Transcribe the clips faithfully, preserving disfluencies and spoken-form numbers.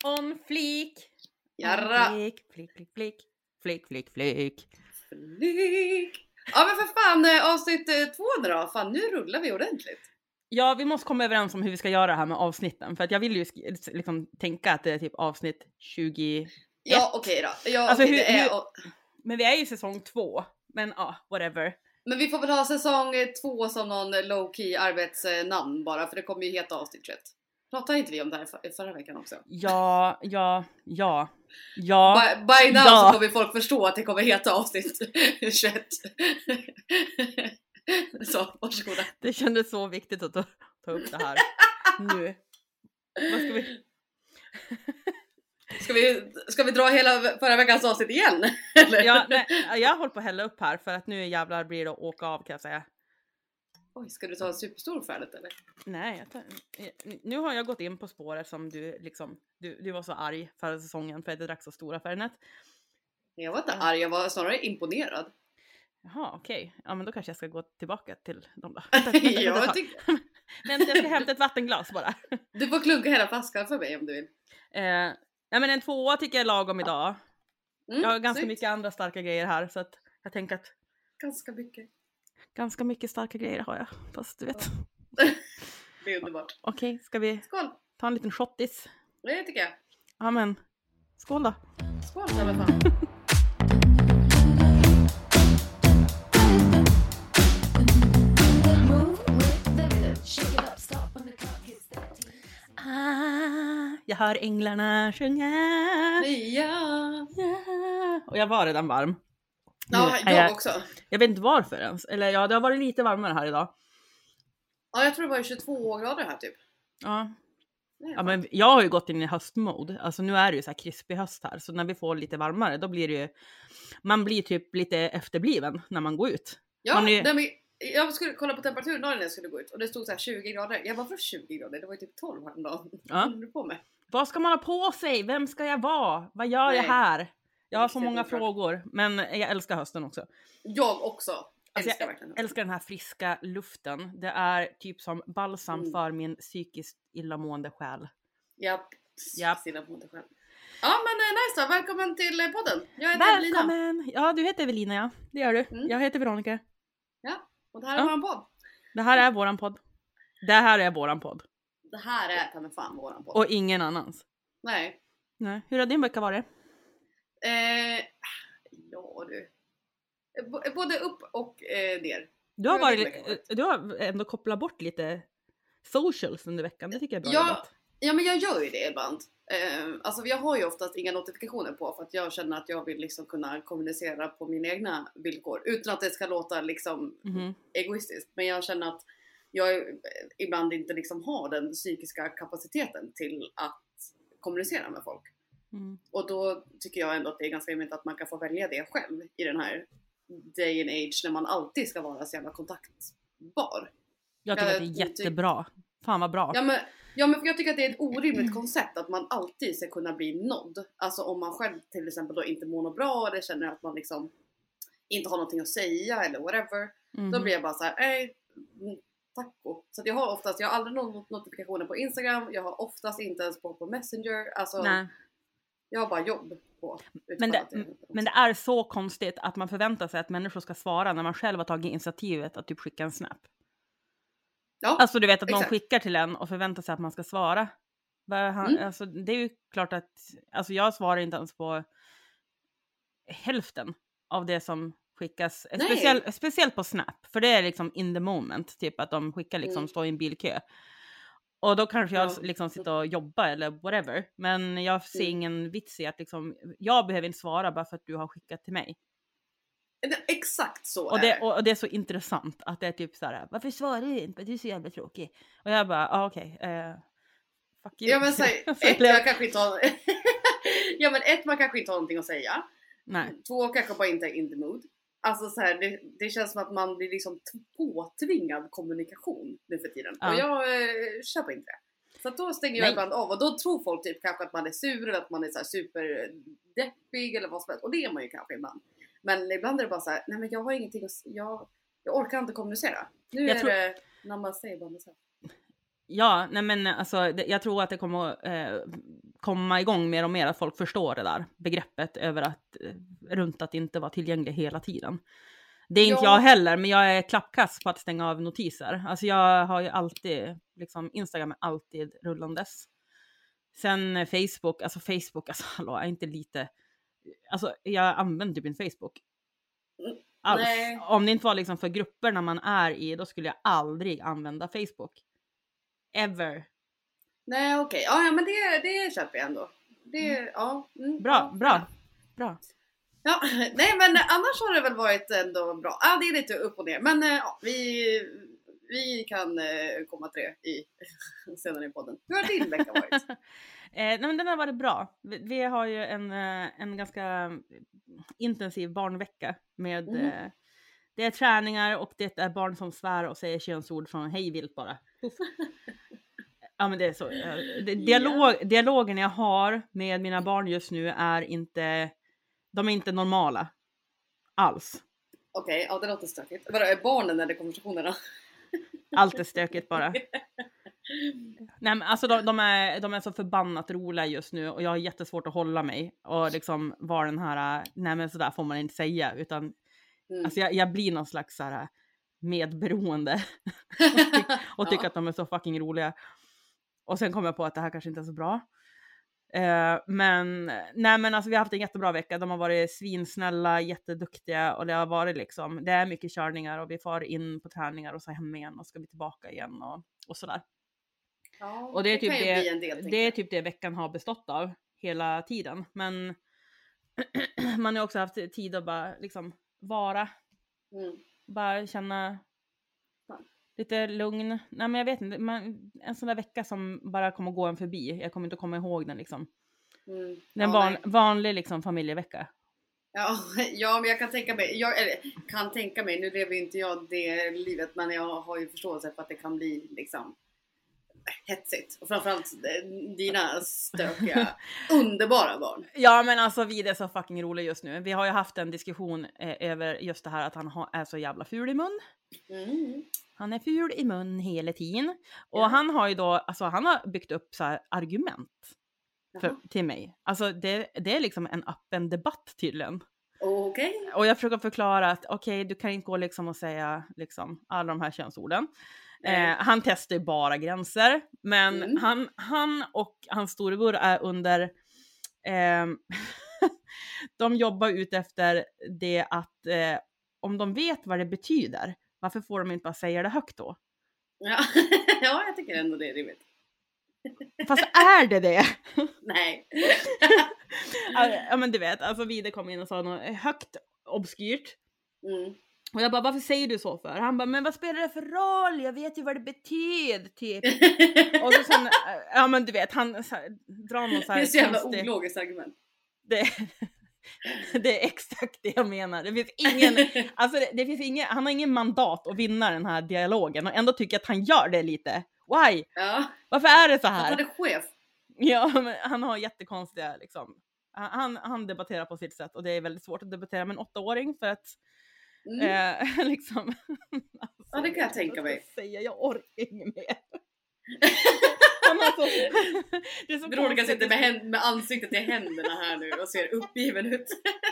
On flik. Jarra. On flik, flik, flik, flik. Flik, flik, flik. Flik. Ja men för fan, eh, avsnitt eh, två nu då. Fan, nu rullar vi ordentligt. Ja, vi måste komma överens om hur vi ska göra det här med avsnitten. För att jag vill ju sk- liksom tänka att det är typ avsnitt tjugoett. Ja okej då. Ja, Alltså, okej, hur- det är, hur- och, Men vi är ju i säsong två. Men ja, whatever. men vi får väl ha säsong eh, två som någon low-key arbetsnamn bara. För det kommer ju heta avsnitt tjugoett. Pratade inte vi om det här för, förra veckan också? Ja, ja, ja. Ja. By, by now Ja. så kommer folk förstå att det kommer heta avsnitt tjugoett. Så, varsågoda. Det kändes så viktigt att ta, ta upp det här nu. Vad ska vi... Ska vi, ska vi dra hela förra veckans avsnitt igen? Eller? Ja, nej, jag har hållit på att hälla upp här för att nu jävlar blir det att åka av, kan jag säga. Oj, ska du ta en superstor färdigt eller? Nej, jag tar, nu har jag gått in på spåret som du liksom, du, du var så arg förra säsongen för att jag drack så stora Fernet. Jag var inte arg, jag var snarare imponerad. Jaha, okej. Okay. Ja, men då kanske jag ska gå tillbaka till dem då. jag tyck- Vänta, jag ska hämta ett vattenglas bara. Du får klunka hela flaskan för mig om du vill. Eh, ja, men en tvåa tycker jag är lagom idag. Mm, Jag har ganska snyggt. mycket andra starka grejer här, så att jag tänker att Ganska mycket. ganska mycket starka grejer har jag. Fast du vet. Det är underbart. Okej, ska vi Skål! ta en liten shottis? Det tycker jag. Ja, men skål då. Skål, ta mig fan. Ah, jag hör änglarna sjunga. Ja. Ja. Och jag var redan varm. Ja, Nu är jag också. Jag vet inte varför ens. Eller ja, det har varit lite varmare här idag. Ja, jag tror det var tjugotvå grader här typ. Ja. Det är Ja, men jag har ju gått in i höstmode. Alltså nu är det ju så här krispig höst här. Så när vi får lite varmare, då blir det ju... Man blir typ lite efterbliven när man går ut. Ja, Har ni- nej, men jag skulle kolla på temperaturen när jag skulle gå ut och det stod så här tjugo grader. Jag var för tjugo grader, det var ju typ tolv häromdagen. Ja. Vad håller du på med? Vad ska man ha på sig? Vem ska jag vara? Vad gör jag Nej. här? Jag har så Riktigt många oklart. frågor. Men jag älskar hösten också. Jag också. Alltså, Älskar jag verkligen. älskar den här friska luften. Det är typ som balsam Mm. för min psykiskt illamående själ. Japp. Japp. Sina på dig själv. Ja men eh, nice då, välkommen till eh, podden. Jag heter Evelina. Välkommen! Ja, du heter Evelina, ja. Det gör du. Mm. Jag heter Veronica. Ja, och det här är Ja. våran podd. Det här är våran podd. Det här är våran podd. Det här är ta mig fan våran podd. Och ingen annans. Nej. Nej. Hur har din vecka varit? Eh, ja du. Eh, b- Både upp och eh, ner. Du har, Hur har varit, din vecka varit? du har ändå kopplat bort lite socials under veckan. Det tycker jag är bra Ja, jobbat. ja men jag gör ju det ibland. Eh, alltså jag har ju oftast inga notifikationer på för att jag känner att jag vill liksom kunna kommunicera på mina egna villkor. Utan att det ska låta liksom Mhm. egoistiskt. Men jag känner att jag eh, ibland inte liksom har den psykiska kapaciteten till att kommunicera med folk. Mm. Och då tycker jag ändå att det är ganska rimligt att man kan få välja det själv i den här day and age när man alltid ska vara så jävla kontaktbar. Jag tycker Ja, att det är typ- jättebra. Fan vad bra. Ja men, ja men jag tycker att det är ett orimligt koncept att man alltid ska kunna bli nådd. Alltså om man själv till exempel då inte mår något bra eller känner att man liksom inte har någonting att säga eller whatever. Mhm. Då blir jag bara så här, nej, mm, taco. Så att jag har oftast, jag har aldrig någon notifikationer på Instagram, jag har oftast inte ens på, på Messenger. Alltså Nej. jag har bara jobb på. Men det, utifrån att jag- men det är så konstigt att man förväntar sig att människor ska svara när man själv har tagit initiativet att typ skicka en snap. Ja, Alltså du vet att någon exakt. skickar till en och förväntar sig att man ska svara. Vad han, Mm. alltså, det är ju klart att alltså, jag svarar inte ens på hälften av det som skickas. Nej. Speciell, speciellt på Snap. För det är liksom in the moment. Typ att de skickar liksom Mm. stå i en bilkö. Och då kanske jag Ja. liksom sitter och jobbar eller whatever. Men jag ser Mm. ingen vits i att liksom, jag behöver inte svara bara för att du har skickat till mig. Det- Exakt så Och är det, det. och, och det är så intressant att det är typ så här: varför svarar du inte? Du är så jävla tråkig. Och jag bara, ah, okej. Okay, eh, fuck you. Ja men säg, Så ett, blev- jag kanske inte har... ja men ett, man kanske inte har någonting att säga. Nej. Två, kanske bara inte är in the mood. Alltså så här, det, det känns som att man blir liksom t- påtvingad kommunikation nu för tiden. Ja. Och jag eh, köper inte det. Så att då stänger jag Nej. ibland av och då tror folk typ kanske att man är sur eller att man är så här superdeppig eller vad som helst. Och det är man ju kanske ibland. Men ibland är det bara så här, nej men jag har ingenting att... s- Jag, jag orkar inte kommunicera. Nu Jag är tror- det namaste, bara så här. Ja, nej men alltså det, jag tror att det kommer att eh, komma igång mer och mer, att folk förstår det där begreppet över att runt att inte vara tillgänglig hela tiden. Det är inte Ja. jag heller, men jag är klappkast på att stänga av notiser. Alltså jag har ju alltid, liksom Instagram är alltid rullandes. Sen Facebook, alltså Facebook, alltså hallå, är inte lite, alltså jag använder typ inte Facebook alls. Nej. Om det inte var liksom för grupperna man är i, då skulle jag aldrig använda Facebook. Ever. Nej okej, okay. ja, ja men det, det köper jag ändå. Det, Mm. ja, mm, Bra, ja. bra, bra. Ja, nej men annars har det väl varit ändå bra. Ja, det är lite upp och ner. Men ja, vi, vi kan komma till det i, senare i podden. Hur har din vecka varit? eh, nej, men den har varit bra. Vi, vi har ju en, en ganska intensiv barnvecka med mm. eh, det är träningar och det är barn som svär och säger könsord från hej vilt bara. Ja men det är så. Det, dialog, yeah. Dialogen jag har med mina barn just nu är inte, de är inte normala alls. Okej, okay, ja det låter stökigt. Vadå, är barnen eller konversationerna? Allt är stökigt bara. Nej men alltså de, de, är, de är så förbannat roliga just nu och jag har jättesvårt att hålla mig och liksom vara den här, nej men sådär får man inte säga, utan mm. alltså jag, jag blir någon slags så här medberoende och, ty, och tycker ja. att de är så fucking roliga. Och sen kom jag på att det här kanske inte är så bra. Uh, men nej men alltså vi har haft en jättebra vecka. De har varit svinsnälla, jätteduktiga och det har varit liksom, det är mycket körningar och vi far in på träningar och så hem igen och ska vi tillbaka igen och, och sådär. Ja, och det är, det typ det, del, det är typ det veckan har bestått av hela tiden. Men man har också haft tid att bara liksom vara. Mm. Bara känna lite lugn. Nej men jag vet inte. Man, en sån där vecka som bara kommer gå en förbi. Jag kommer inte att komma ihåg den liksom. Mm. Den ja, van, vanlig liksom familjevecka. Ja, ja, men jag kan tänka mig. Jag eller, kan tänka mig. Nu lever inte jag det livet. Men jag har ju förståelse för att det kan bli liksom hetsigt. Och framförallt dina stökiga, underbara barn. Ja men alltså vi är så fucking roliga just nu. Vi har ju haft en diskussion eh, över just det här att han ha, är så jävla ful i mun. Mm. Han är ful i mun hela tiden. Och ja. han har ju då, alltså han har byggt upp så här argument för, till mig. Alltså det, det är liksom en öppen debatt tydligen. Okej. Okay. Och jag försöker förklara att okej, okay, du kan inte gå liksom och säga liksom alla de här könsorden. Eh, han testar ju bara gränser. Men mm. han, han och hans storebror är under eh, de jobbar ut efter det att eh, om de vet vad det betyder, varför får de inte bara säga det högt då? Ja, ja jag tycker ändå det är rimligt. Fast är det det? Nej. Ja men du vet, alltså Vide kom in och sa något högt obskyrt. Mm. Och jag bara, varför säger du så för? Han bara, men vad spelar det för roll? Jag vet ju vad det betyder typ. Och så sen, ja men du vet, han så här, drar någon så här. Det är så jävla konstig ologiskt argument. Det, det är exakt det jag menar. Det finns ingen, alltså det, det finns ingen, han har ingen mandat att vinna den här dialogen. Och ändå tycker jag att han gör det lite. Why? Ja. Varför är det så här? Han är chef. Ja, men han har jättekonstiga liksom. Han, han debatterar på sitt sätt och det är väldigt svårt att debattera med en åttaåring för att mm. eh, liksom alltså, ja det kan jag tänka mig. Säga, jag orkar inget mer. Alltså, det är så Veronica sitter med, händ- med ansiktet i händerna här nu och ser uppgiven ut.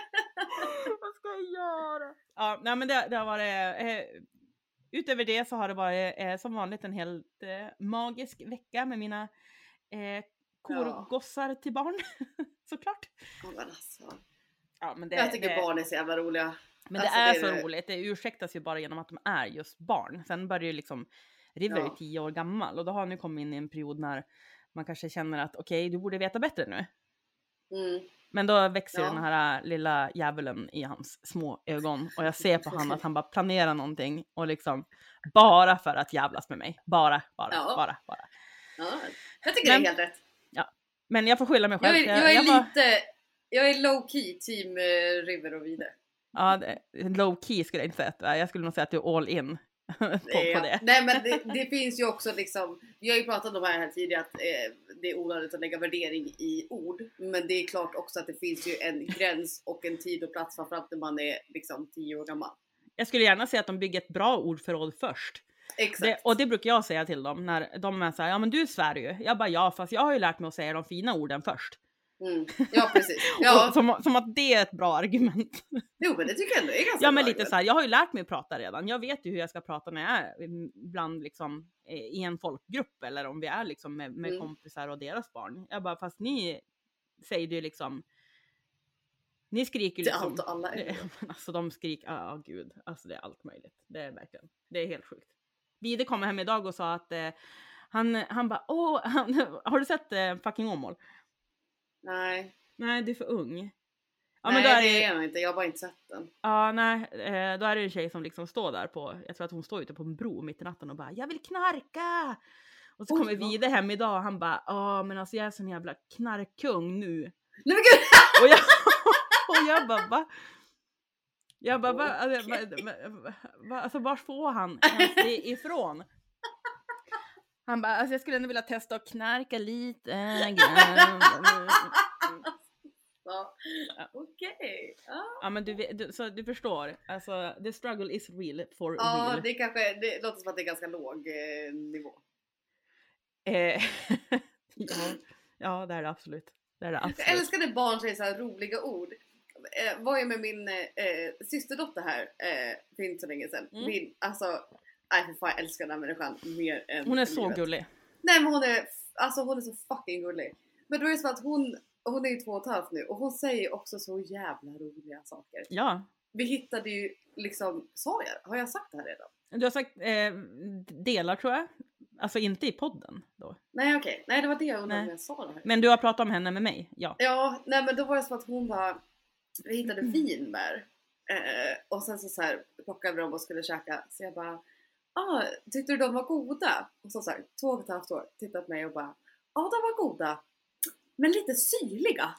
Vad ska jag göra? Ja, nej men det, det har varit eh, utöver det så har det varit eh, som vanligt en helt eh, magisk vecka med mina eh, korgossar ja. till barn. Såklart. Ja, men alltså. Ja, men det, jag tycker det, barn är så jävla roliga. Men alltså, det är det så är... roligt. Det ursäktas ju bara genom att de är just barn. Sen börjar ju liksom River är ja. tio år gammal. Och då har han nu kommit in i en period när man kanske känner att okej, okay, du borde veta bättre nu. Mm. Men då växer ja. den här lilla djävulen i hans små ögon. Och jag ser på han att han bara planerar någonting. Och liksom bara för att jävlas med mig. Bara, bara, ja. bara, bara. Ja, jag tycker men, det är helt rätt. Ja. Men jag får skylla mig själv. Jag är, jag är jag lite, bara... jag är low key team uh, River och Vide. Ja, det, low key skulle jag inte säga. Jag skulle nog säga att du är all in. på, ja. på det. Nej men det, det finns ju också liksom, vi har ju pratat om här, här tidigare att eh, det är onödigt att lägga värdering i ord, men det är klart också att det finns ju en gräns och en tid och plats framförallt när man är liksom tio år gammal. Jag skulle gärna säga att de bygger ett bra ordförråd först. Exakt. Det, och det brukar jag säga till dem när de är så här, ja men du svär ju. Jag bara, ja fast jag har ju lärt mig att säga de fina orden först. Mm. Ja, precis. Ja. Och som, som att det är ett bra argument. Jo, men det tycker jag ändå är ganska Ja, men bra lite argument. så här, jag har ju lärt mig att prata redan. Jag vet ju hur jag ska prata när jag är bland liksom i en folkgrupp eller om vi är liksom med, med Mm. kompisar och deras barn. Jag bara, fast ni säger det ju liksom, ni skriker Det är liksom. allt och alla är det, det. alltså de skriker, ja oh, gud, alltså det är allt möjligt. Det är verkligen, det är helt sjukt. Vide kom hem idag och sa att eh, han, han bara, åh, han, har du sett eh, fucking Åmål? Nej. Nej, du är för ung. Ja, Nej, men då är det det, är jag inte. Jag har bara inte sett den. ja, nej, eh, då är det en tjej som liksom står där på, jag tror att hon står ute på en bro mitt i natten och bara, jag vill knarka! Och så Oj, kommer vad- Vide hem idag och han bara, ja men alltså jag är sån jävla knarkkung nu. Nej men gud! Och jag, och jag bara, va? Jag bara, va? Alltså, va, va, va? Alltså var får han ens det ifrån? Han bara, alltså jag skulle ändå vilja testa att knarka lite grann. Ja. Okej. Ja. Ja men du, vet- du, så du förstår, alltså the struggle is real for Ja, real. det kanske, det låter som att det är ganska låg eh, nivå. Eh, ja, ja, det är det absolut. Det är det absolut. Jag älskar när barn säger så här roliga ord. Eh, var jag med min eh, systerdotter här eh, för inte så länge sedan. Mm. Min, alltså, nej för fan jag älskar den här människan mer än Hon är så livet. gullig. Nej men hon är, alltså hon är så fucking gullig. Men då är det så att hon, hon är ju två och ett halvt nu och hon säger också så jävla roliga saker. Ja, Vi hittade ju liksom, sa jag, har jag sagt det här redan? du har sagt eh, delar tror jag. Alltså inte i podden då. Nej okej, nej det var det jag undrade Nej. om jag sa det här. Men du har pratat om henne med mig, ja. Ja, nej men då var det så att hon bara, vi hittade vinbär. Eh, och sen så, så här plockade vi dem och skulle käka. Så jag bara, ah, tyckte du de var goda? Och så så här, två och ett halvt år, tittat på mig och bara, ja de var goda. Men lite syrliga.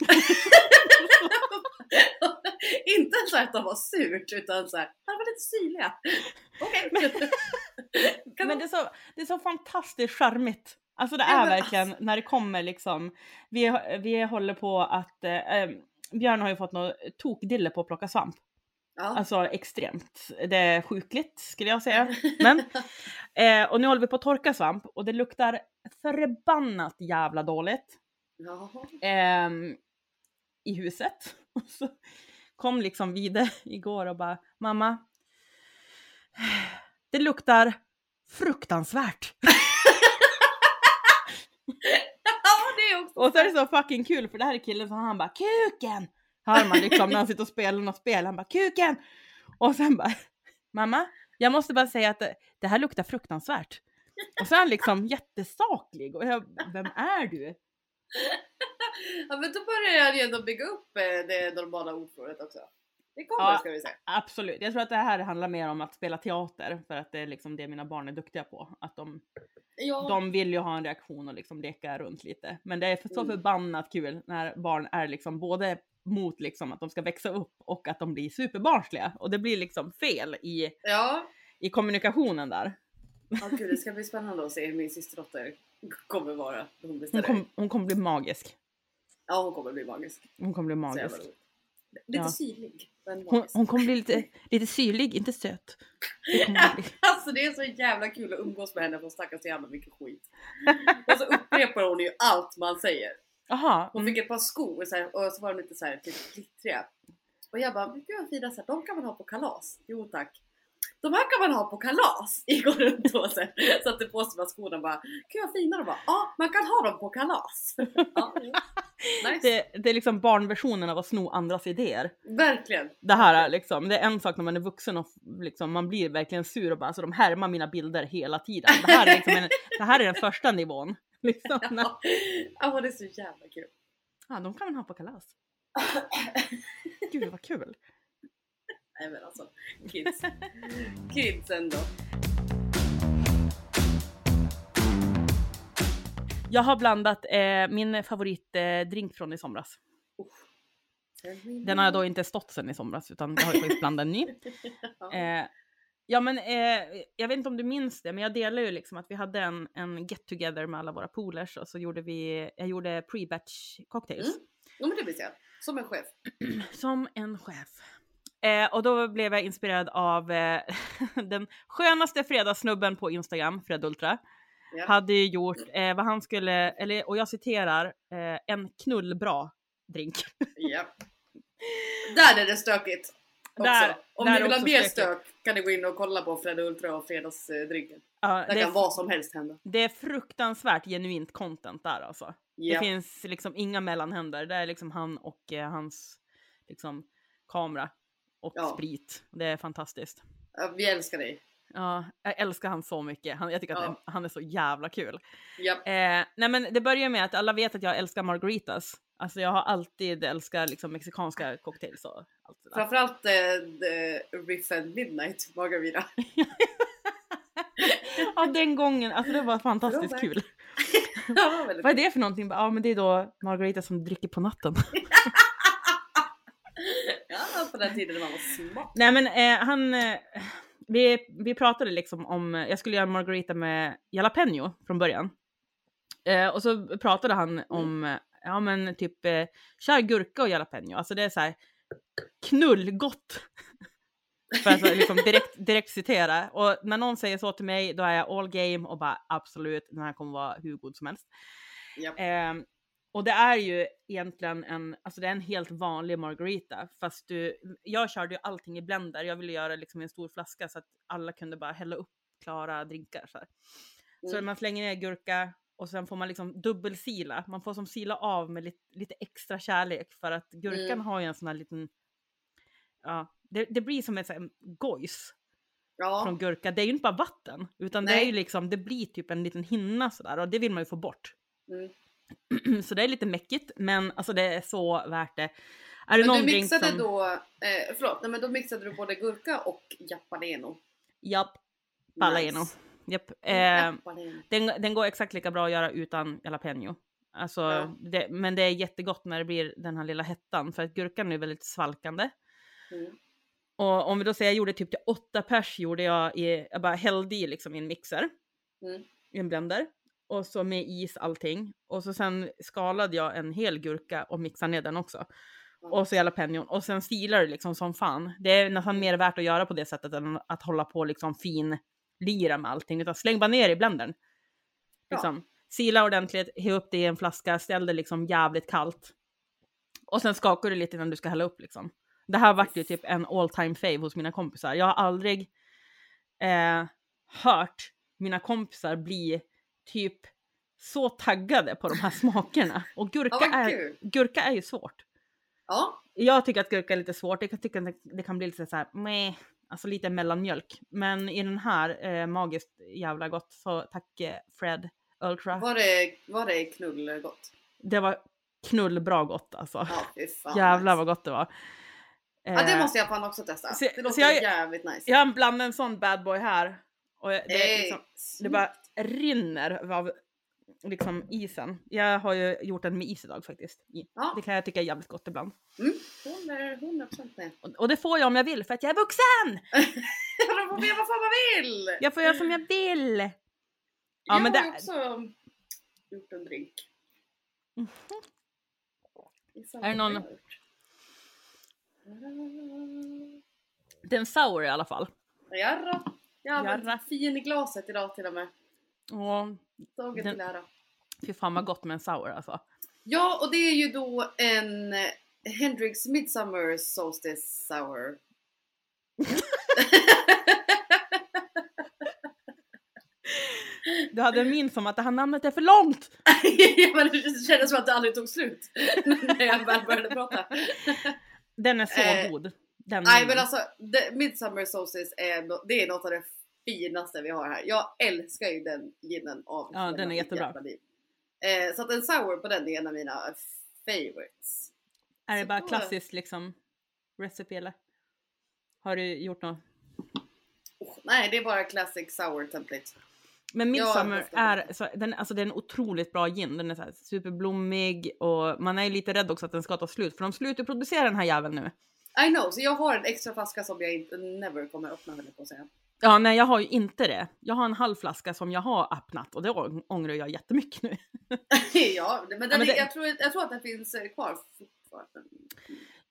Inte så att de var surt utan så här, de var lite syrliga. Okej. Men, men det, är så, det är så fantastiskt charmigt. Alltså det Ja, är men verkligen alltså- när det kommer liksom. Vi, vi håller på att, eh, Björn har ju fått något tokdille på att plocka svamp. Ja. Alltså extremt. Det är sjukligt skulle jag säga. Men, eh, och nu håller vi på att torka svamp och det luktar förbannat jävla dåligt. Jaha. eh, i huset. Och så kom liksom Vide igår och bara, mamma, det luktar fruktansvärt. Ja, det är också. Och så är det så fucking kul för det här är killen som han bara, kuken! Hör man liksom när han sitter och spelar något spel, han bara, kuken! Och sen bara, mamma, jag måste bara säga att det, det här luktar fruktansvärt. Och så är han liksom jättesaklig och jag, vem är du? Ja men då börjar jag ju ändå bygga upp eh, det normala ordförrådet också. Det kommer Ja. ska vi säga. Absolut, jag tror att det här handlar mer om att spela teater för att det är liksom det mina barn är duktiga på. Att de, Ja. de vill ju ha en reaktion och liksom leka runt lite. Men det är för, så Mm. förbannat kul när barn är liksom både mot liksom att de ska växa upp och att de blir superbarnsliga. Och det blir liksom fel i, Ja. i kommunikationen där. Ja gud, det ska bli spännande att se hur min systerdotter kommer vara. Hon, blir Hon, större. kom, hon kommer bli magisk. Ja hon kommer bli magisk. Hon kommer bli Så jävla magisk. roligt. Lite Ja. syrlig. Men Hon, magisk. hon kommer bli lite, lite syrlig, inte söt. Det kommer hon bli. Alltså det är så jävla kul att umgås med henne för hon snackar så jävla mycket skit. Och så upprepar hon ju allt man säger. Aha. Hon Mm. fick ett par skor så här, och så var de lite så här typ glittriga. Och jag bara, men gud vad fina, så här, de kan man ha på kalas. Jo tack. De här kan man ha på kalas. Jag går runt och så här, satte på sig med skorna och bara, gud vad fina de var. Ja, man kan ha dem på kalas. Ja, nice. Det, det är liksom barnversionen av att sno andras idéer. Verkligen. Det här är liksom, det är en sak när man är vuxen och liksom, man blir verkligen sur och bara, alltså de härmar mina bilder hela tiden. Det här är liksom en, det här är den första nivån. Liksom. Ja, ja det är så jävla kul. Ja, de kan man ha på kalas. Gud vad kul. Nej men alltså, kids. Kids ändå. Jag har blandat eh, min favoritdrink eh, drink från i somras. Den har jag då inte stått sen i somras utan jag har ju faktiskt blandat en ny. Ja. Eh, ja men eh, jag vet inte om du minns det men jag delar ju liksom att vi hade en, en get together med alla våra poolers och så gjorde vi, jag gjorde pre-batch cocktails. Mm. Jo men det blir jag. Som en chef. Som en chef. Eh, och då blev jag inspirerad av eh, den skönaste fredagssnubben på Instagram, Fred Ultra. Ja. Hade ju gjort eh, vad han skulle, eller, och jag citerar, eh, en knullbra drink. Ja. Där är det stökigt också. Där, Om där ni vill ha mer stök kan ni gå in och kolla på Fred Ultra och fredagsdrinken. Ja, det, det kan är, vad som helst hända. Det är fruktansvärt genuint content där alltså. Ja. Det finns liksom inga mellanhänder. Det är liksom han och eh, hans liksom kamera och ja. sprit. Det är fantastiskt. Ja, vi älskar dig. Ja, jag älskar han så mycket. Han, jag tycker att ja. han är så jävla kul. Yep. Eh, nej men det börjar med att alla vet att jag älskar margaritas. Alltså jag har alltid älskat liksom mexikanska cocktails och allt det där. Framförallt eh, the Riff and Midnight margarita. Ja, den gången. Alltså det var fantastiskt kul. Ja, vad är det för någonting? Ja, men det är då margarita som dricker på natten. Ja, på den tiden man var smart. Nej men eh, han... Eh, Vi, vi pratade liksom om, jag skulle göra margarita med jalapeno från början. Eh, och så pratade han mm. om, ja men typ, eh, kör gurka och jalapeno. Alltså det är så här knullgott. För att liksom direkt, direkt citera. Och när någon säger så till mig, då är jag all game och bara absolut, den här kommer vara hur god som helst. Yep. Eh, och det är ju egentligen en, alltså det är en helt vanlig margarita. Fast du, jag körde ju allting i blender. Jag ville göra liksom en stor flaska så att alla kunde bara hälla upp klara drinkar. Så, här. Mm. Så man slänger ner gurka och sen får man liksom dubbelsila. Man får som sila av med lite, lite extra kärlek. För att gurkan mm. har ju en sån här liten, ja, det, det blir som en sån här gojs ja. från gurka. Det är ju inte bara vatten. Utan Nej. det är ju liksom, det blir typ en liten hinna sådär. Och det vill man ju få bort. Mm. Så det är lite mäckigt, men alltså det är så värt det. Är det men någon du mixade som... då, eh, förlåt, nej, men då mixade du både gurka och jalapeno. Japp, paleno. Nice. Japp. Eh, den, den går exakt lika bra att göra utan jalapeno. Alltså, ja. det, men det är jättegott när det blir den här lilla hettan, för att gurkan är väldigt svalkande. Mm. Och om vi då säger jag gjorde typ till åtta pers gjorde jag i, jag bara hällde i liksom i en mixer. Mm. I en blender. Och så med is allting. Och så sen skalade jag en hel gurka och mixade ner den också. Mm. Och så jalapenon. Och sen stilar det liksom som fan. Det är nästan mer värt att göra på det sättet än att hålla på liksom fin lira med allting. Utan släng bara ner i blendern. Ja. Liksom. Sila ordentligt, häll upp det i en flaska, ställ det liksom jävligt kallt. Och sen skakar du lite innan du ska hälla upp liksom. Det här vart ju typ en all time fave hos mina kompisar. Jag har aldrig eh, hört mina kompisar bli typ så taggade på de här smakerna. Och gurka, ja, är, gurka är ju svårt. Ja. Jag tycker att gurka är lite svårt. Jag kan tycka att det kan bli lite så här, meh, alltså lite mellanmjölk. Men i den här eh, magiskt jävla gott. Så tack eh, Fred Ultra. Var det, var det knullgott? Det var knullbra gott alltså. Ja, fy fan, jävlar nice. vad gott det var. Eh, ja, det måste jag fan också testa. Så, det låter så jag, jävligt nice. Jag har bland en sån bad boy här. Och det, hey, liksom, det bara rinner av liksom isen. Jag har ju gjort den med is idag faktiskt. Ja. Det kan jag tycka är jävligt gott ibland. Mm. hundra procent med. Och, och det får jag om jag vill för att jag är vuxen! Jag får göra vad fan man vill! Jag får göra som jag vill! Ja, jag men har det... också gjort en drink. Mm-hmm. Är det någon... Det är en sour i alla fall. Jarra. Jag har varit fin i glaset idag till och med. Ja. Taget till ära. Fy fan vad gott med en sour alltså. Ja, och det är ju då en Hendrix Midsummer Solstice Sour. Du hade en min som att det här namnet är för långt. Ja, men det kändes som att det aldrig tog slut när jag väl började prata. Den är så eh, god. Den nej, men alltså the Midsummer Solstice är, det är något av det finaste vi har här. Jag älskar ju den ginen av. Ja, den är jättebra. Eh, så att en sour på den är en av mina favorites. Är det så bara då... klassiskt liksom recipe eller? Har du gjort något? Oh, nej, det är bara classic sour template. Men Midsummer är, så, den, alltså det är en otroligt bra gin. Den är så här superblommig och man är lite rädd också att den ska ta slut. För de slutar producera den här jäveln nu. I know, så jag har en extra flaska som jag inte never kommer öppna henne på att säga. Ja, nej jag har ju inte det. Jag har en halv flaska som jag har öppnat och det ångrar jag jättemycket nu. Ja, men, den ja, men är, det... jag, tror, jag tror att den finns kvar fortfarande.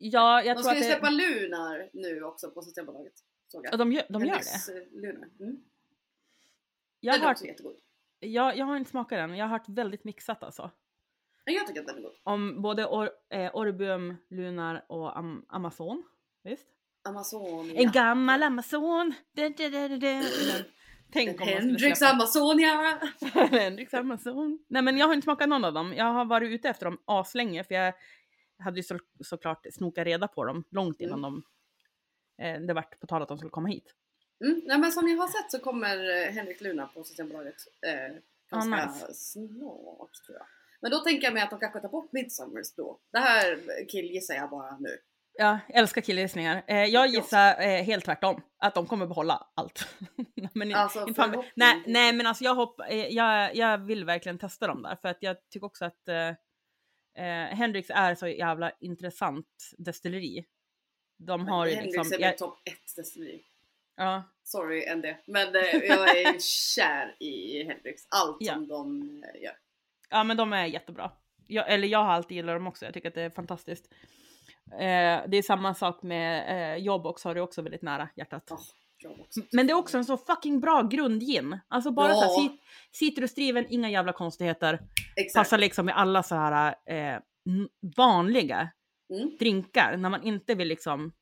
Ja, jag de tror ska ju att det... släppa Lunar nu också på Systembolaget. Såg jag. Ja, de gör, de gör Hendrix det. Lunar. Mm. Jag Den har, är hört, också jättegod. jag, jag har inte smakat den, jag har hört väldigt mixat alltså. Men jag tycker att den är god. Om både or, eh, Orbium, Lunar och am, Amazon. Visst? Amazonia. En gammal Amazon. Da, da, da, da, da. Tänk om man skulle Hendrix släppa Amazonia. Hendrix Amazon. Nej, men jag har inte smakat någon av dem. Jag har varit ute efter dem aslänge, för jag hade ju så, såklart snokat reda på dem långt innan Mm. de eh, det vart på tal att de skulle komma hit. Mm. Nej, men som ni har sett så kommer eh, Hendrix Lunar på Systembolaget eh, ganska Ah, nice. snart tror jag. Men då tänker jag mig att de kanske tar bort Midsummers då. Det här killgissar jag bara nu. Ja, älskar killgissningar. Eh, jag gissar eh, helt tvärtom. Att de kommer behålla allt. men, Alltså, in, fan, förhoppningsvis. nej, nej, men alltså jag, hopp, eh, jag, jag vill verkligen testa dem där. För att jag tycker också att eh, eh, Hendrix är så jävla intressant destilleri. De har ju Hendrix liksom... är Jag, min topp ett destilleri. ja, Sorry än det. Men eh, jag är kär i Hendrix. Allt Ja. som de eh, gör. ja, men de är jättebra. Jag, eller jag har alltid gillat dem också. Jag tycker att det är fantastiskt. Eh, det är samma sak med eh, jobb också. Har det också väldigt nära hjärtat. Oh, jag också. Men det är också en så fucking bra grundgin. Alltså bara Ja. så här, cit- citrusdriven, inga jävla konstigheter. Exakt. Passar liksom i alla så här eh, n- vanliga Mm. drinkar. När man inte vill liksom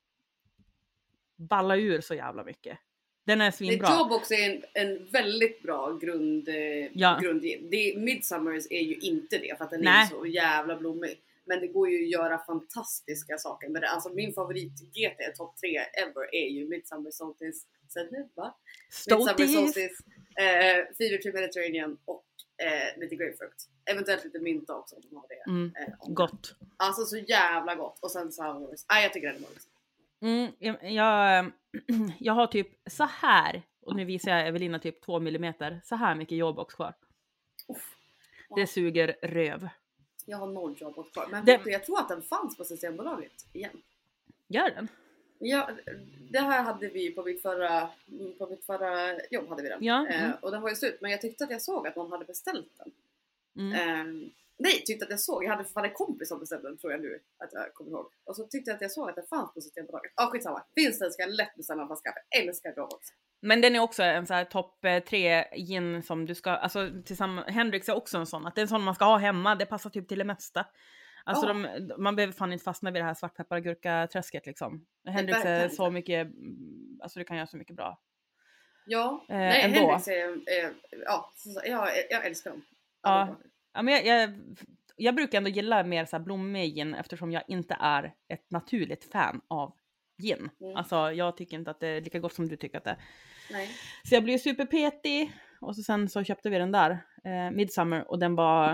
balla ur så jävla mycket. Den är Det svinbra. Job också är en, en väldigt bra grund, eh, Ja. grundgin. Det, Midsummers är ju inte det för att den Nej. är så jävla blommig. Men det går ju att göra fantastiska saker med det. Alltså min favorit G T topp tre ever är ju Midsummer Solstice. Sen nu va? Midsummer Stoltis. Solstice, eh, Fever Tree Mediterranean och eh, lite grapefrukt. Eventuellt lite mynta också om de har det. Mm, Eh, om gott. det. Alltså så jävla gott. Och sen sours. Ah, jag tycker den är magisk. Mm, jag, jag, jag har typ så här, och nu visar jag Evelina typ två millimeter, så här mycket Jobox kvar. Uff. Det suger röv. Jag har noll Jobox kvar. Men Det- vet du, jag tror att den fanns på Systembolaget igen. Gör den? Ja, det här hade vi på mitt förra, på mitt förra jobb hade vi den. Ja, Eh, mm. och den var ju slut. Men jag tyckte att jag såg att någon hade beställt den. Mm. Eh, nej, tyckte att jag såg. Jag hade för fan en kompis som beställde den, tror jag nu att jag kommer ihåg. Och så tyckte jag att jag såg att den fanns på Systembolaget. Ja, ah, skitsamma. Finns den ska jag lätt beställa en flaska. Jag älskar Jobox. Men den är också en så här topp eh, tre gin som du ska, alltså tillsammans, Hendrix är också en sån, att det är en sån man ska ha hemma, det passar typ till det mesta. Alltså Ja. de, man behöver fan inte fastna vid det här svartpeppargurka-träsket liksom. Hendrix är verkligen så inte. mycket, mm, alltså du kan göra så mycket bra. Ja, Eh, nej, ändå. Hendrix är, eh, ja, så, så, jag, jag älskar dem. Ja. Ja, men jag, jag, jag brukar ändå gilla mer så här blommig gin eftersom jag inte är ett naturligt fan av gin. Mm. Alltså jag tycker inte att det är lika gott som du tycker att det är. Nej. Så jag blev superpetig och så sen så köpte vi den där, eh, Midsummer, och den var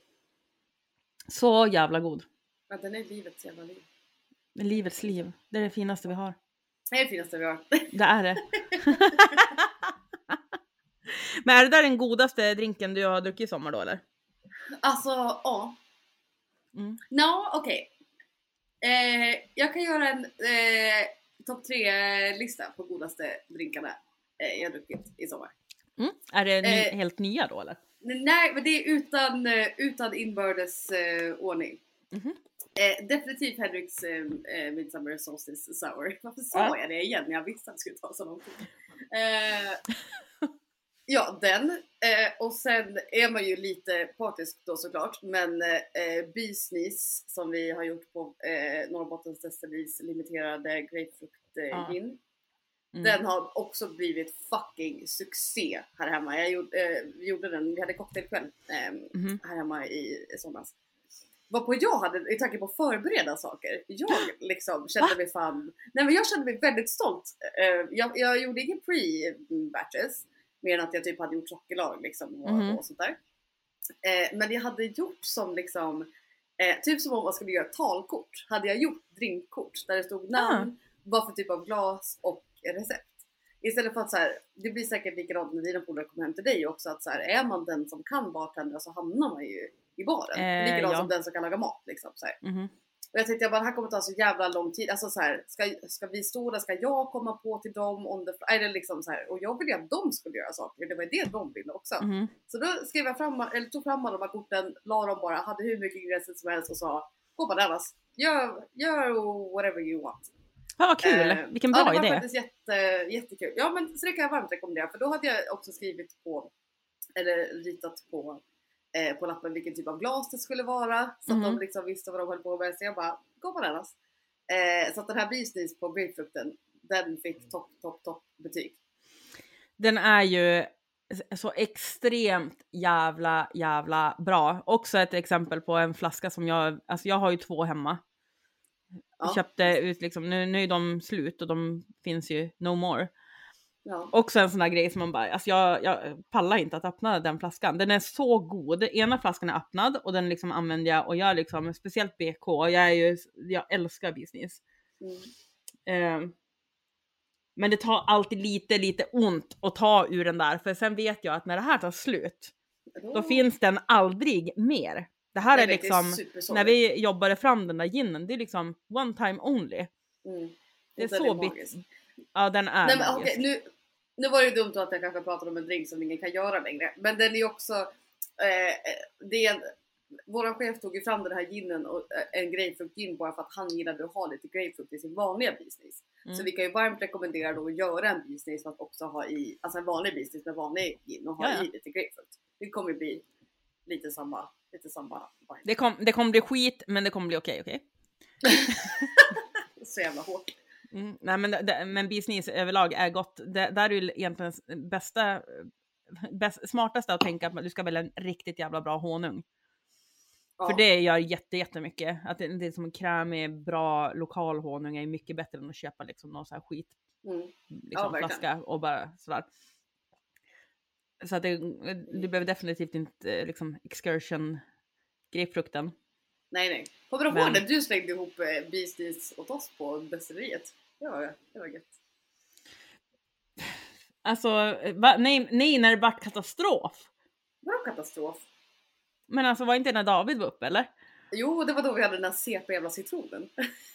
så jävla god. Men den är livets jävla liv. Livets liv, det är det finaste vi har. Det är det finaste vi har. Det är det. Men är det där den godaste drinken du har druckit i sommar då eller? Alltså, ja. Mm. No, okej. Okay. Eh, jag kan göra en eh, topp tre-lista på godaste drinkarna eh, jag har druckit i sommar. Mm. Är det ny, Eh. helt nya då eller? Nej, men det är utan, eh, utan inbördes eh, ordning. Mhm. Eh, definitivt Hendrix eh, eh, Midsummer Solstice Sour. Varför sa Ja. jag det igen? Jag visste att det skulle ta så lång tid. Eh, ja, den. Eh, och sen är man ju lite partisk då såklart. Men eh, Bysnis som vi har gjort på eh, Norrbottens Destilleries limiterade grapefrukt eh, Ja. gin. Mm. Den har också blivit fucking succé här hemma. Jag gjorde, eh, vi gjorde den, vi hade cocktailkväll eh, Mhm. här hemma i, i somras. Varpå jag hade, i tanke på att förbereda saker, jag liksom kände Va? mig fan, nej men jag kände mig väldigt stolt. Eh, jag, jag gjorde ingen pre-batches, mer än att jag typ hade gjort sockerlag liksom och, Mhm. och sånt där. Eh, men jag hade gjort som liksom, eh, typ som om man skulle göra talkort, hade jag gjort drinkkort där det stod namn, vad för typ av glas och recept. Istället för att så här, det blir säkert likadant när dina polare kommer hem till dig också, att så här, är man den som kan bartendra så hamnar man ju i baren. Eh, likadant ja. som den som kan laga mat liksom, så här. Mhm. Och jag tänkte jag bara, det här kommer ta så jävla lång tid. Alltså så här, ska, ska vi stå där, ska jag komma på till dem om det, är det liksom så här, och jag ville att de skulle göra saker, det var det de ville också. Mhm. Så då skrev jag fram, eller tog fram alla de här korten, la dem bara, hade hur mycket ingredienser som helst och sa, gå på Dallas. Gör, gör whatever you want. Ja, vad kul. Eh, Vilken bra idé. Ja, det var idé. faktiskt jätte, jättekul. Ja, men så det kan jag varmt rekommendera. För då hade jag också skrivit på, eller ritat på, eh, på lappen vilken typ av glas det skulle vara. Så att mm. de liksom visste vad de höll på med. Så jag bara, gå på Dallas. Eh, så att den här bisnis på grapefrukten, den fick topp, topp, topp betyg. Den är ju så extremt jävla, jävla bra. Också ett exempel på en flaska som jag, alltså jag har ju två hemma. Jag ja. köpte ut liksom, nu, nu är de slut och de finns ju no more. Ja. Också en sån där grej som man bara, alltså jag, jag pallar inte att öppna den flaskan. Den är så god. Ena flaskan är öppnad och den liksom använder jag och jag liksom, speciellt B K, jag är ju, jag älskar business. Mm. Eh, men det tar alltid lite, lite ont att ta ur den där. För sen vet jag att när det här tar slut, då, då finns den aldrig mer. Det här Nej, är liksom, är när vi jobbade fram den där ginen, det är liksom one time only. Mm. Det är så bit. Ja, den är Nej, men, okay, nu, nu var det ju dumt att jag kanske pratade om en drink som ingen kan göra längre. Men den är ju också, eh, det är, våran chef tog ju fram den här ginen och en grapefrukt-gin bara för att han gillade att ha lite grapefrukt i sin vanliga business. Mm. Så vi kan ju varmt rekommendera då att göra en business för att också ha i, alltså en vanlig business med vanlig gin och ha ja. i lite grapefrukt. Det kommer bli lite samma, lite samma vibe. Det, kom, det kommer bli skit, men det kommer bli okej, okej? Så jävla hårt. Mm, nej, men, det, men business överlag är gott. Det, där är ju egentligen bästa, bäst, smartaste att tänka att du ska välja en riktigt jävla bra honung. Ja. För det gör jätte, jättemycket. Att det, det är som en krämig, bra lokal honung är mycket bättre än att köpa liksom någon så här skit mm. liksom, ja, flaska och bara sådär. Så att det, du behöver definitivt inte liksom excursion grapefrukten. Nej, nej. Kommer du ihåg när du slängde ihop business åt oss på destilleriet? Ja, det var gött. Alltså, va? nej, nej, när det var katastrof. Vadå katastrof? Men alltså, var inte när David var uppe, eller? Jo, det var då vi hade den här C P jävla citronen.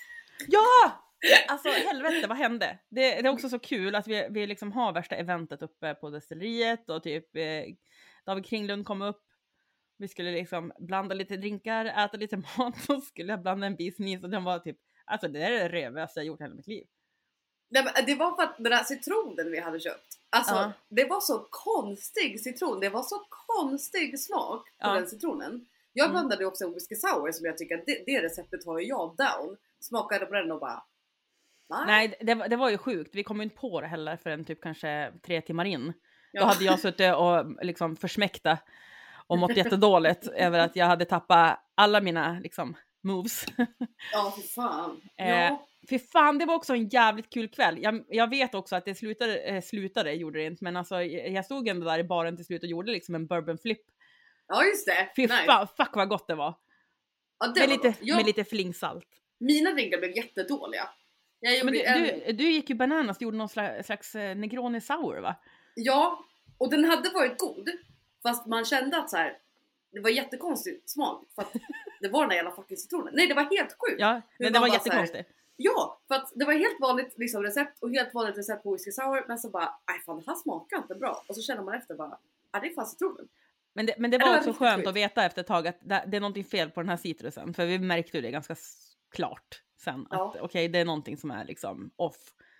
Ja! Alltså, helvete, vad hände? Det, det är också så kul att vi, vi liksom har värsta eventet uppe på destilleriet. Och typ eh, David Kringlund kom upp. Vi skulle liksom blanda lite drinkar, äta lite mat. Och skulle jag blanda en business. Och den var typ, alltså det är det rövigaste jag gjort i hela mitt liv. Nej, men det var för att den här citronen vi hade köpt. Alltså, uh. det var så konstig citron. Det var så konstig smak på uh. den citronen. Jag blandade mm. också en whisky sour som jag tycker att det, det receptet har jag down. Smakade på den och bara... Nej, Nej det, det var ju sjukt. Vi kom inte på det heller förrän typ kanske tre timmar in. Ja. Då hade jag suttit och liksom försmäkta och mått jättedåligt över att jag hade tappat alla mina liksom moves. Ja, för fan. Ja. Eh, för fan, det var också en jävligt kul kväll. Jag, jag vet också att det slutade, eh, slutade gjorde det inte. Men alltså, jag stod ändå där i baren till slut och gjorde liksom en bourbon flip. Ja, just det. Fy nice. fan, fuck vad gott det var. Ja, det med, var lite, jag... med lite flingsalt. Mina drinkar blev jättedåliga. Jag men du, en... du, du gick ju bananas och gjorde någon slags, slags Negroni sour, va? Ja, och den hade varit god. Fast man kände att så här, det var jättekonstig smak. För att det var den där jävla fucking citronen. Nej, det var helt sjukt. Ja, men det var jättekonstigt. Ja, för att det var helt vanligt liksom, recept och helt vanligt recept på whisky sour. Men så bara, nej fan, det här smakar inte bra. Och så känner man efter bara, ja det är fan citronen. Men det, men det var, det var också skönt att veta efter ett tag att det, det är någonting fel på den här citrusen. För vi märkte ju det ganska klart sen. Ja. Att okej, okay, det är någonting som är liksom off.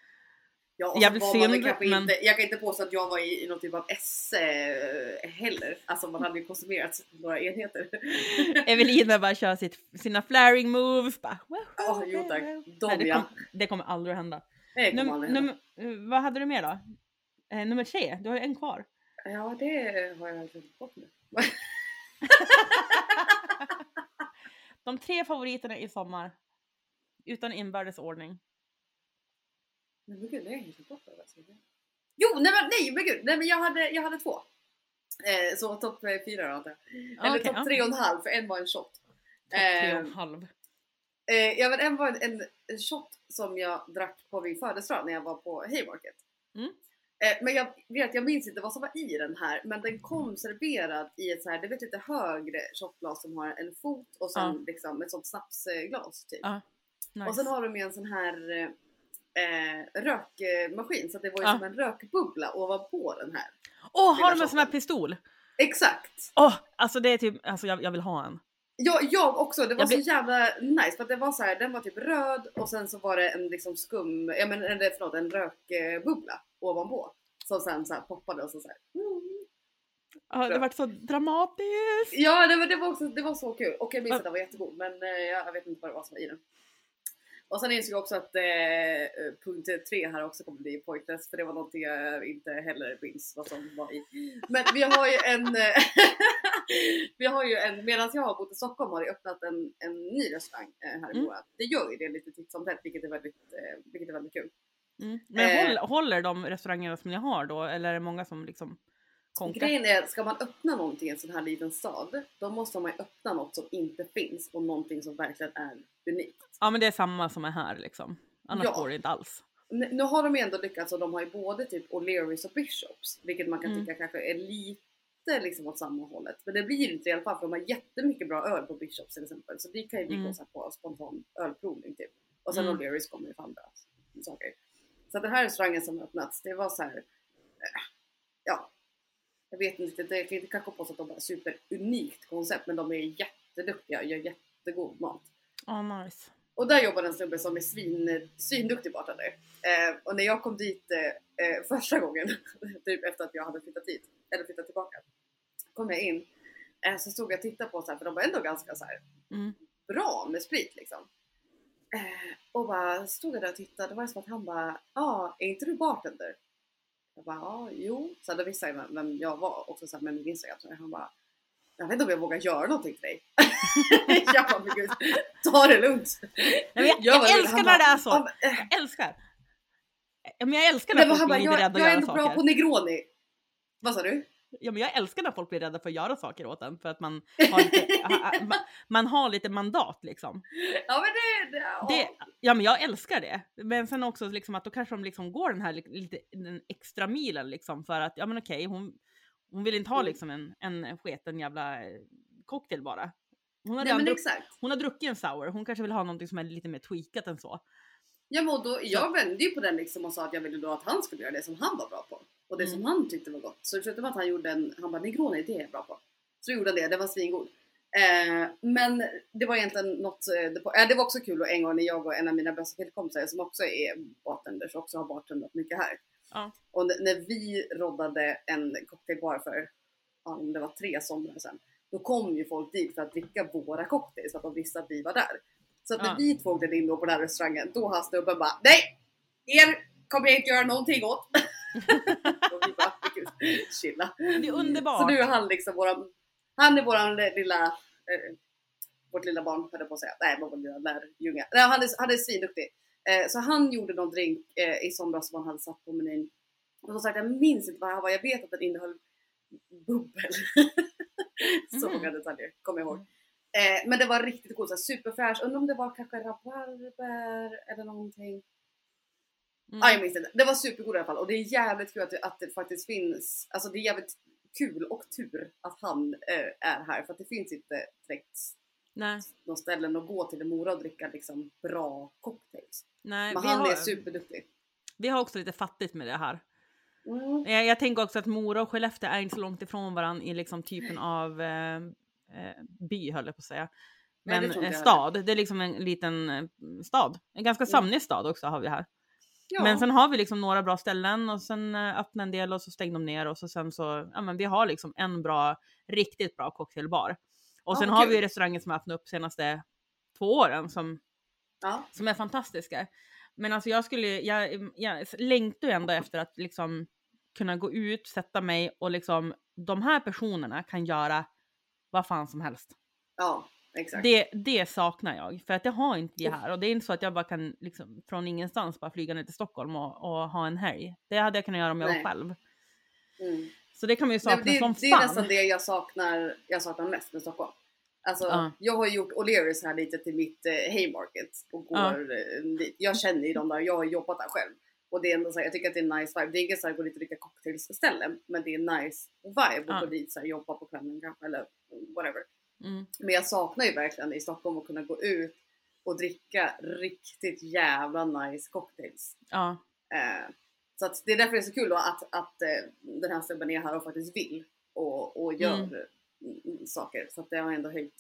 Ja, och jävligt synd, men... inte, jag kan inte påstå att jag var i, i någon typ av S eh, heller. Alltså man hade ju konsumerat några enheter. Evelina bara kör sitt, sina flaring moves. Ja, oh, jo tack. De, Nej, det, ja. kom, det kommer aldrig att hända. Nej, Num, aldrig hända. Num, vad hade du mer då? Eh, nummer tre, du har ju en kvar. Ja, det har jag inte fått nu. De tre favoriterna i sommar. Utan inbördes ordning. Men gud, det är inte bort det. Jo, nej men, nej, men gud. Nej, men jag hade, jag hade två. Eh, så topp fyra då, antar jag. Eller okay, topp tre och en halv, för en var en shot. Topp tre och en halv. Eh, ja, men en var en, en shot som jag drack på min födelsedag när jag var på Haymarket. Mm. Eh, men jag vet, jag minns inte vad som var i den här. Men den kom serverad i ett så här, det vet lite högre shotglas som har en fot och sen uh. liksom ett sånt snapsglas typ. Uh. Nice. Och sen har de med en sån här eh, rökmaskin. Så att det var ju uh. som en rökbubbla ovanpå den här. Åh, oh, har de en sån här pistol? Exakt. Åh, oh, alltså det är typ, alltså jag, jag vill ha en. Ja, jag också. Det var Jag så blir- jävla nice. För att det var så här, den var typ röd och sen så var det en liksom skum, ja men eller förlåt, en rökbubbla ovanpå. Som sen så här poppade och så, så här. Mm. Ja, det var så dramatiskt. Ja, det var, det var också, det var så kul. Och jag minns att den var jättegod, men eh, jag vet inte vad det var som var i den. Och sen insåg jag också att eh, punkt tre här också kommer bli pointless, för det var någonting jag inte heller minns vad som var i. Men vi har ju en, vi har ju en, medan jag har bott i Stockholm har det öppnat en, en ny restaurang eh, här i Mm. Mora. Det gör ju det lite titt som tätt, vilket är väldigt, eh, vilket är väldigt kul. Mm. Men Eh. håller, håller de restaurangerna som ni har då? Eller är det många som liksom konkar? Grejen är, ska man öppna någonting i en sån här liten stad, då måste man ju öppna något som inte finns och någonting som verkligen är unikt. Ja, men det är samma som är här liksom. Annars Ja. går det inte alls. N- Nu har de ju ändå lyckats, och de har ju både typ O'Learys och Bishops, vilket man kan Mm. tycka kanske är lite liksom åt samma hållet. Men det blir inte i alla fall, för de har jättemycket bra öl på Bishops till exempel. Så det kan ju bli Mm. mm. på spontan ölprovning typ. Och sen Mm. O'Learys kommer ju för andra saker. Så den här restaurangen som har öppnats, det var så här, eh, ja. Jag vet inte, det kan inte kanske på så att de har ett superunikt koncept, men de är jätteduktiga och gör jättegod mat. Ja, oh, nice. Och där jobbar en snubbe som är svin, svinduktig bartender. Eh, och när jag kom dit eh, första gången, typ efter att jag hade flyttat dit, eller flyttat tillbaka, kom jag in, eh, så stod jag och tittade på så här, för de var ändå ganska så här Mm. bra med sprit liksom. Eh, och bara stod jag där och tittade, det var som att han bara, ja, ah, är inte du bartender? Jag bara, ja, ah, jo. Så då visste jag vem, vem jag var också så här, med min Instagram. Så han bara, jag vet inte om jag vågar göra någonting till dig. Jag bara, men gud, ta det lugnt. Nej, men jag, Jag jag var- älskar han när det bara, är så. "Ja, men, eh." Jag älskar. Ja, men jag älskar när Nej, men folk han bara, blir lite jag, rädda jag att är göra ändå bra saker. på Negroni. Vad sa du? Ja, men jag älskar när folk blir rädda för att göra saker åt en. För att man har lite, ha- ha- ma- man har lite mandat liksom. Ja, men det... det, ja. Det, ja, men jag älskar det. Men sen också liksom att då kanske de liksom går den här li- lite den extra milen liksom. För att, ja men okej, hon, hon vill inte ha Mm. liksom en, en sketen jävla eh, cocktail bara. Hon har, Nej, men druck, exakt. hon har druckit en sour. Hon kanske vill ha någonting som är lite mer tweakat än så. Ja, men då, jag vände ju på den liksom och sa att jag ville då att han skulle göra det som han var bra på. Och det Mm. som han tyckte var gott. Så det slutade med att han gjorde en, han bara, Negroni, det är jag bra på. Så gjorde han det, det var svingod. Eh, men det var egentligen något, eh, det, eh, det var också kul, och en gång när jag och en av mina bästa killkompisar som också är bartenders, också har bartendat mycket här. Ja. Och n- när vi roddade en cocktailbar för, ja, om det var tre somrar sedan, då kom ju folk dit för att dricka våra cocktails, för att de visste att vi var där. Så att när Ja. vi två åkte in då på den här restaurangen, då har snubben bara, nej! Er kommer jag inte göra någonting åt. Och vi bara, gud, chilla. Det är underbart. Så nu är han liksom våran, han är våran lilla, eh, vårt lilla barn, höll jag på att säga. Nej, vår lilla lärjunge. Nej, han är, han är svinduktig. Eh, så han gjorde någon drink eh, i somras som han hade satt på menyn. Och som sagt, jag minns inte vad han var. Jag vet att den innehöll bubbel. Så Mm. många detaljer, kommer jag ihåg. Eh, men det var riktigt coolt, så här superfräsch. Undrar om det var kanske rabarber eller någonting. Mm. Ja, jag minns inte. Det var supergod i alla fall. Och det är jävligt kul att det, att det faktiskt finns. Alltså det är jävligt kul och tur att han eh, är här. För att det finns inte direkt Nej, någon ställen att gå till i Mora och dricka liksom bra cocktails. nej. Men Vi han har, är superduktig. vi har också lite fattigt med det här. Mm. Jag, jag tänker också att Mora och Skellefteå är inte så långt ifrån varandra i liksom typen av eh, eh, by, höll jag på att säga. Nej, det Men tror inte eh, jag stad, det är liksom en liten eh, stad. En ganska samlig stad också har vi här. Ja. Men sen har vi liksom några bra ställen och sen eh, öppnar en del och så stängde de ner och så sen så, ja men vi har liksom en bra, riktigt bra cocktailbar. Och Ja, sen vad har kul. vi restauranger som har öppnat upp senaste två åren som, Ja. som är fantastiska. Men alltså jag skulle, jag, jag längtar ju ändå efter att liksom kunna gå ut, sätta mig och liksom de här personerna kan göra vad fan som helst. Ja, exakt. Det, det saknar jag, för att det har inte vi här. Och det är inte så att jag bara kan liksom, från ingenstans bara flyga ner till Stockholm och, och ha en helg. Det hade jag kunnat göra om jag Nej. var själv. Mm. Så det kan man ju sakna Nej, som det, det är fan. nästan det jag saknar, jag saknar mest med Stockholm. Alltså, Ja. jag har gjort O'Learys här lite till mitt eh, Haymarket och går eh, dit. Jag känner ju dem där, jag har jobbat där själv. Och det är ändå så här, jag tycker att det är en nice vibe. Det är inget så här gå dit och dricka cocktailsställen, men det är en nice vibe Ja. att gå dit så här, jobba på kvällen kanske, eller whatever. Mm. Men jag saknar ju verkligen i Stockholm att kunna gå ut och dricka riktigt jävla nice cocktails. Ja. Eh, så att det är därför det är så kul då att, att eh, den här snubben är här och faktiskt vill och, och gör Mm. mm. saker. Så att det har ändå höjt,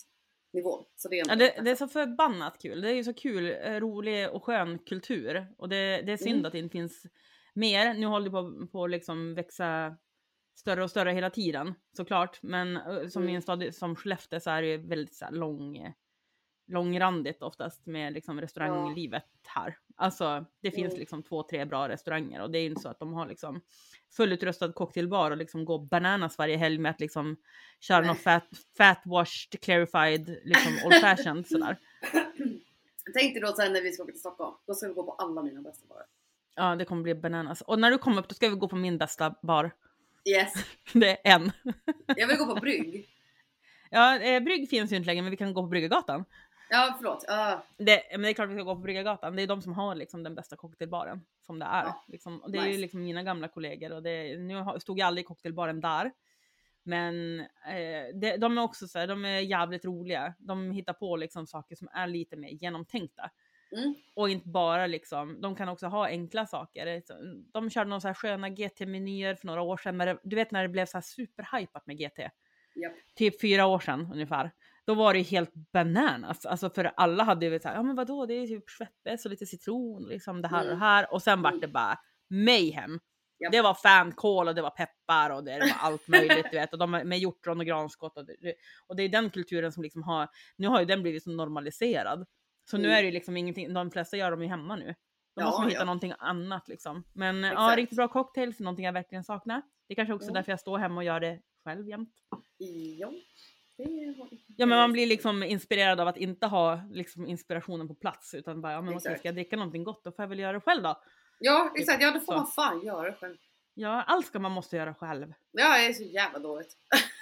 nivån. Så det är, ja, det, det är så förbannat kul. Det är ju så kul, rolig och skön kultur. Och det, det är synd mm. att det inte finns mer. Nu håller det på, på liksom växa större och större hela tiden, såklart. Men som mm. i en stad som Skellefteå så är det väldigt så här lång, långrandigt oftast med liksom restauranglivet här. Alltså det finns mm. liksom två, tre bra restauranger. Och det är inte så att de har liksom fullutrustad cocktailbar och liksom går bananas varje helg med att liksom köra någon fat, fat washed, clarified, liksom old fashioned sådär. Tänk dig då sen när vi ska åka till Stockholm. Då ska vi gå på alla mina bästa barer. Ja, det kommer bli bananas. Och när du kommer upp då ska vi gå på min bästa bar. Yes. Det är en. Jag vill gå på Brygg. Ja, eh, Brygg finns ju inte längre, men vi kan gå på Bryggargatan. Ja, förlåt. Uh. Det, men det är klart vi ska gå på Bryggargatan. Det är de som har liksom den bästa cocktailbaren som det är. Ja. Liksom. Och det är nice. Ju liksom mina gamla kollegor. Och det, nu stod jag aldrig i cocktailbaren där. Men eh, det, de är också så här, de är jävligt roliga. De hittar på liksom saker som är lite mer genomtänkta. Mm. Och inte bara liksom, de kan också ha enkla saker. De körde några så här sköna G T-menyer för några år sedan. Men det, du vet när det blev så här superhypat med G T. Yep. Typ fyra år sedan ungefär. Då var det helt bananas. Alltså för alla hade ju så här, ja men vadå, det är typ sveppes och lite citron, liksom det här mm. och det här. Och sen var det bara mayhem. Yep. Det var fänkål och det var peppar och det var allt möjligt, du vet. Och de med hjortron och granskott. Och det, och det är den kulturen som liksom har, nu har ju den blivit så normaliserad. Så mm. nu är det liksom ingenting, de flesta gör dem ju hemma nu. Då ja, måste man hitta ja. någonting annat liksom. Men exakt. Ja, riktigt bra cocktails, någonting jag verkligen saknar. Det är kanske också mm. därför jag står hemma och gör det själv jämt. Ja. Ja, men man blir liksom inspirerad av att inte ha liksom inspirationen på plats, utan bara, ja men okej, ska jag dricka någonting gott, då får jag väl göra det själv då. Ja, exakt, ja då får så. Man fan göra det själv. Ja, allt ska man måste göra själv. Ja, det är så jävla dåligt.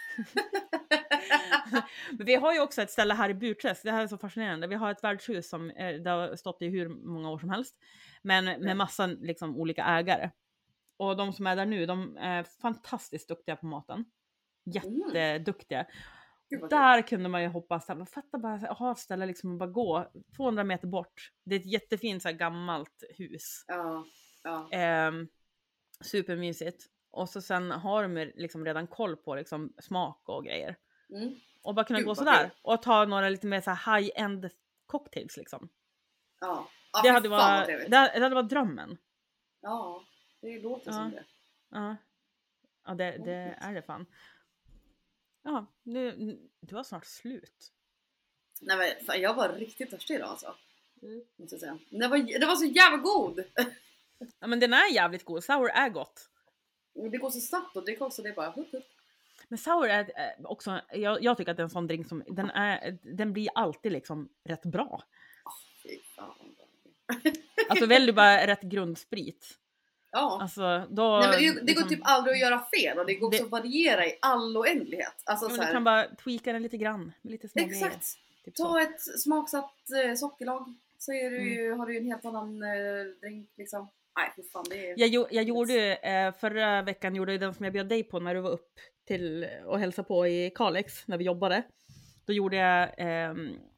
Men vi har ju också ett ställe här i Burträsk, det här är så fascinerande. Vi har ett värdshus som är, det har stått i hur många år som helst, men med massa liksom olika ägare. Och de som är där nu, de är fantastiskt duktiga på maten. Jätteduktiga. Mm. Där kunde man ju hoppas, fatta bara ha ett ställe liksom och bara gå tvåhundra meter bort. Det är ett jättefint så här gammalt hus. Ja, ja. Eh, supermysigt. Och så sen har de liksom redan koll på liksom smak och grejer. Mm. Och bara kunna Gud, gå sådär. Och ta några lite mer så här high-end cocktails liksom. Ja. Ja, det, hade varit, det, det hade varit drömmen. Ja, det låter ja. som det. Ja, ja det, det är det fan. Ja, nu, du var snart slut. Nej men fan, jag var riktigt törstig idag alltså. Mm. Måste jag säga. Det var, det var så jävla god. Ja men den är jävligt god, sour är gott. Det går så snabbt och det också, det är bara hup, hup. Men sour är också, jag, jag tycker att det är en sån drink som, den, är, den blir alltid liksom rätt bra. Oh, fy fan. Alltså väldigt bara rätt grundsprit. Ja. Alltså, då, nej, men det, det liksom, går typ aldrig att göra fel och det går också att variera i all oändlighet. Alltså, ja, så du här, kan bara tweaka den lite grann. Med lite små exakt. Grejer, typ ta så. ett smaksatt eh, sockerlag så är du, mm. har du en helt annan eh, drink liksom. Nej, för fan, det är... Jag, jag gjorde eh, förra veckan gjorde jag den som jag bjöd dig på när du var upp till och hälsa på i Kalix när vi jobbade. Då gjorde jag eh,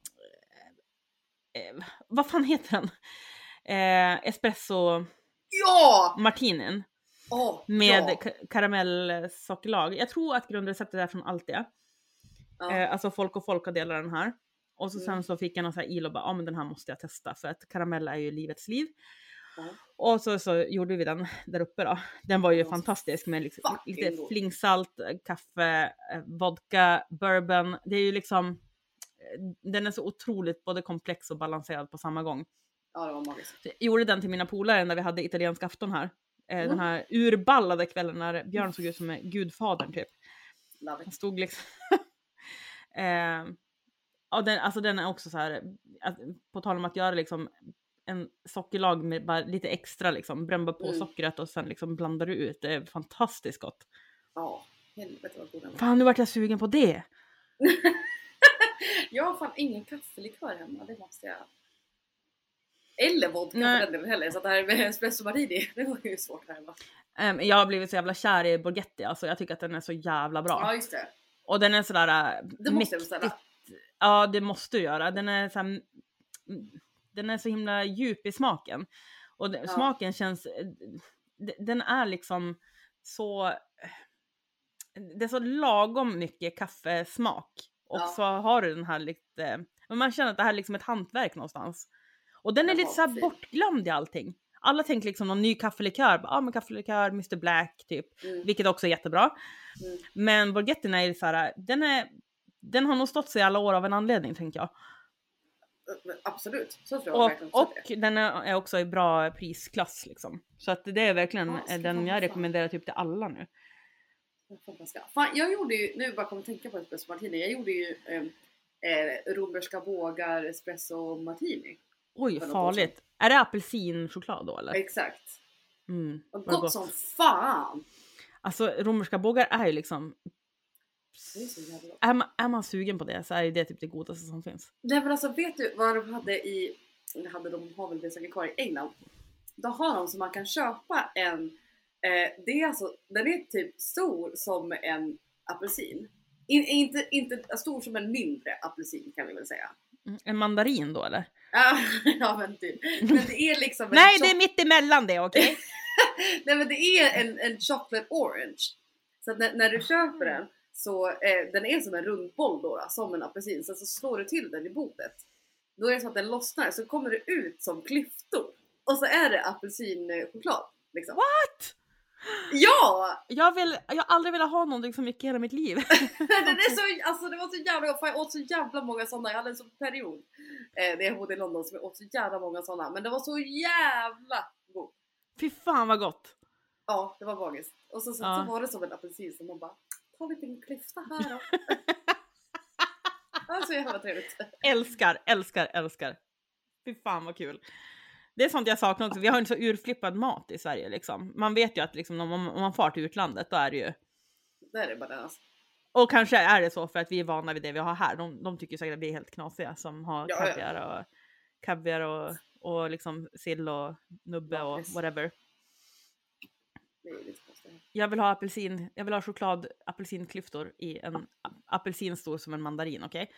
eh, vad fan heter den? Eh, espresso ja! martinin. Oh, med ja. ka- karamellsockerlag. Jag tror att grundreceptet är från Altia. Ja. Eh, alltså folk och folk har delat den här. Och så mm. sen så fick jag någon så här il och bara, ja ah, men den här måste jag testa. För att karamell är ju livets liv. Mm. Och så, så gjorde vi den där uppe då. Den var ju mm. fantastisk med liksom, lite god. Flingsalt, kaffe, vodka, bourbon. Det är ju liksom, den är så otroligt både komplex och balanserad på samma gång. Ja, det var magiskt. Jag gjorde den till mina polare när vi hade italiensk afton här. Mm. Den här urballade kvällen när Björn såg ut som en gudfadern typ. Han stod liksom... eh, ja, den, alltså den är också så här, att, på tal om att göra liksom en sockerlag med bara lite extra liksom, bränna på mm. sockret och sen liksom blandar du ut. Det är fantastiskt gott. Ja, helvete vad god den var. Fan, nu vart jag sugen på det. Jag har fan ingen kaffelikör hemma, det måste jag... Eller vodka för den delen heller. Så att det här med espresso martini, det var ju svårt här hemma. Um, jag har blivit så jävla kär i Borghetti. Alltså jag tycker att den är så jävla bra. Ja, just det. Och den är sådär... Det måste jag beställa. Ja, det måste du göra. Den är så här, den är så himla djup i smaken. Och ja. Smaken känns... Den är liksom så... Det är så lagom mycket kaffesmak. Och Ja. så har du den här lite, men man känner att det här är liksom ett hantverk någonstans. Och den är Den lite var så här fin. bortglömd i allting. Alla tänker liksom någon ny kaffelikör. Ja, men kaffelikör, mister Black typ. Mm. Vilket också är jättebra. Mm. Men Borgettin är så här, den är, den har nog stått sig i alla år av en anledning, tänker jag. Absolut, så tror jag Och, verkligen också och det. den är, är också i bra prisklass liksom. Så att det är verkligen Ja, ska den fan jag fan. rekommenderar typ till alla nu. Fan, jag gjorde ju, nu bara kommer tänka på espresso martini. Jag gjorde ju eh, eh, romerska bågar espresso martini. Oj, För något farligt. Är det apelsinchoklad då eller? Exakt. Mm, Och vad gott, som fan. Alltså romerska bågar är ju liksom, Det är så jävla gott. är man, är man sugen på det så är det typ det godaste som finns. Nej men alltså, vet du vad de hade i, det hade de, har väl det säkert kvar i England. Då har de så man kan köpa en, eh, det är alltså, den är typ stor som en apelsin. In, inte, inte stor som en mindre apelsin kan vi väl säga. Mm, en mandarin då eller? Ja men typ. Men det är liksom en Nej, chock- det är mitt emellan det, okej? Nej men det är en, en chocolate orange. Så att när, när du köper den så eh, den är som en rund boll då, som en apelsin. Sen så slår du till den i bordet. Då är det så att den lossnar, så kommer det ut som klyftor. Och så är det apelsinchoklad liksom. What? Ja! Jag, vill, jag har aldrig velat ha någonting så mycket i hela mitt liv. Den är så, alltså det var så jävla gott. Fan, jag åt så jävla många sådana. Jag hade en sån period eh, när jag bodde i London som jag åt så jävla många sådana. Men det var så jävla god. Fy fan vad gott. Ja, det var magiskt. Och så, så, Ja. så var det som en apelsin som man bara, ta en liten klyfta här då. Det var så jävla trevligt. Älskar, älskar, älskar. Fy fan vad kul. Det är sånt jag saknar också. Vi har inte så urflippad mat i Sverige liksom. Man vet ju att liksom, om, man, om man far till utlandet då är det ju. Det är det bara alltså. Och kanske är det så för att vi är vana vid det vi har här. De, de tycker säkert att vi är helt knasiga som har Ja, ja. kaviar och kaviar och, och liksom sill och nubbe Ja, och precis. whatever. Det är ju lite konstigt. Jag vill ha apelsin, jag vill ha choklad apelsinklyftor i en a- apelsin stor som en mandarin, okej?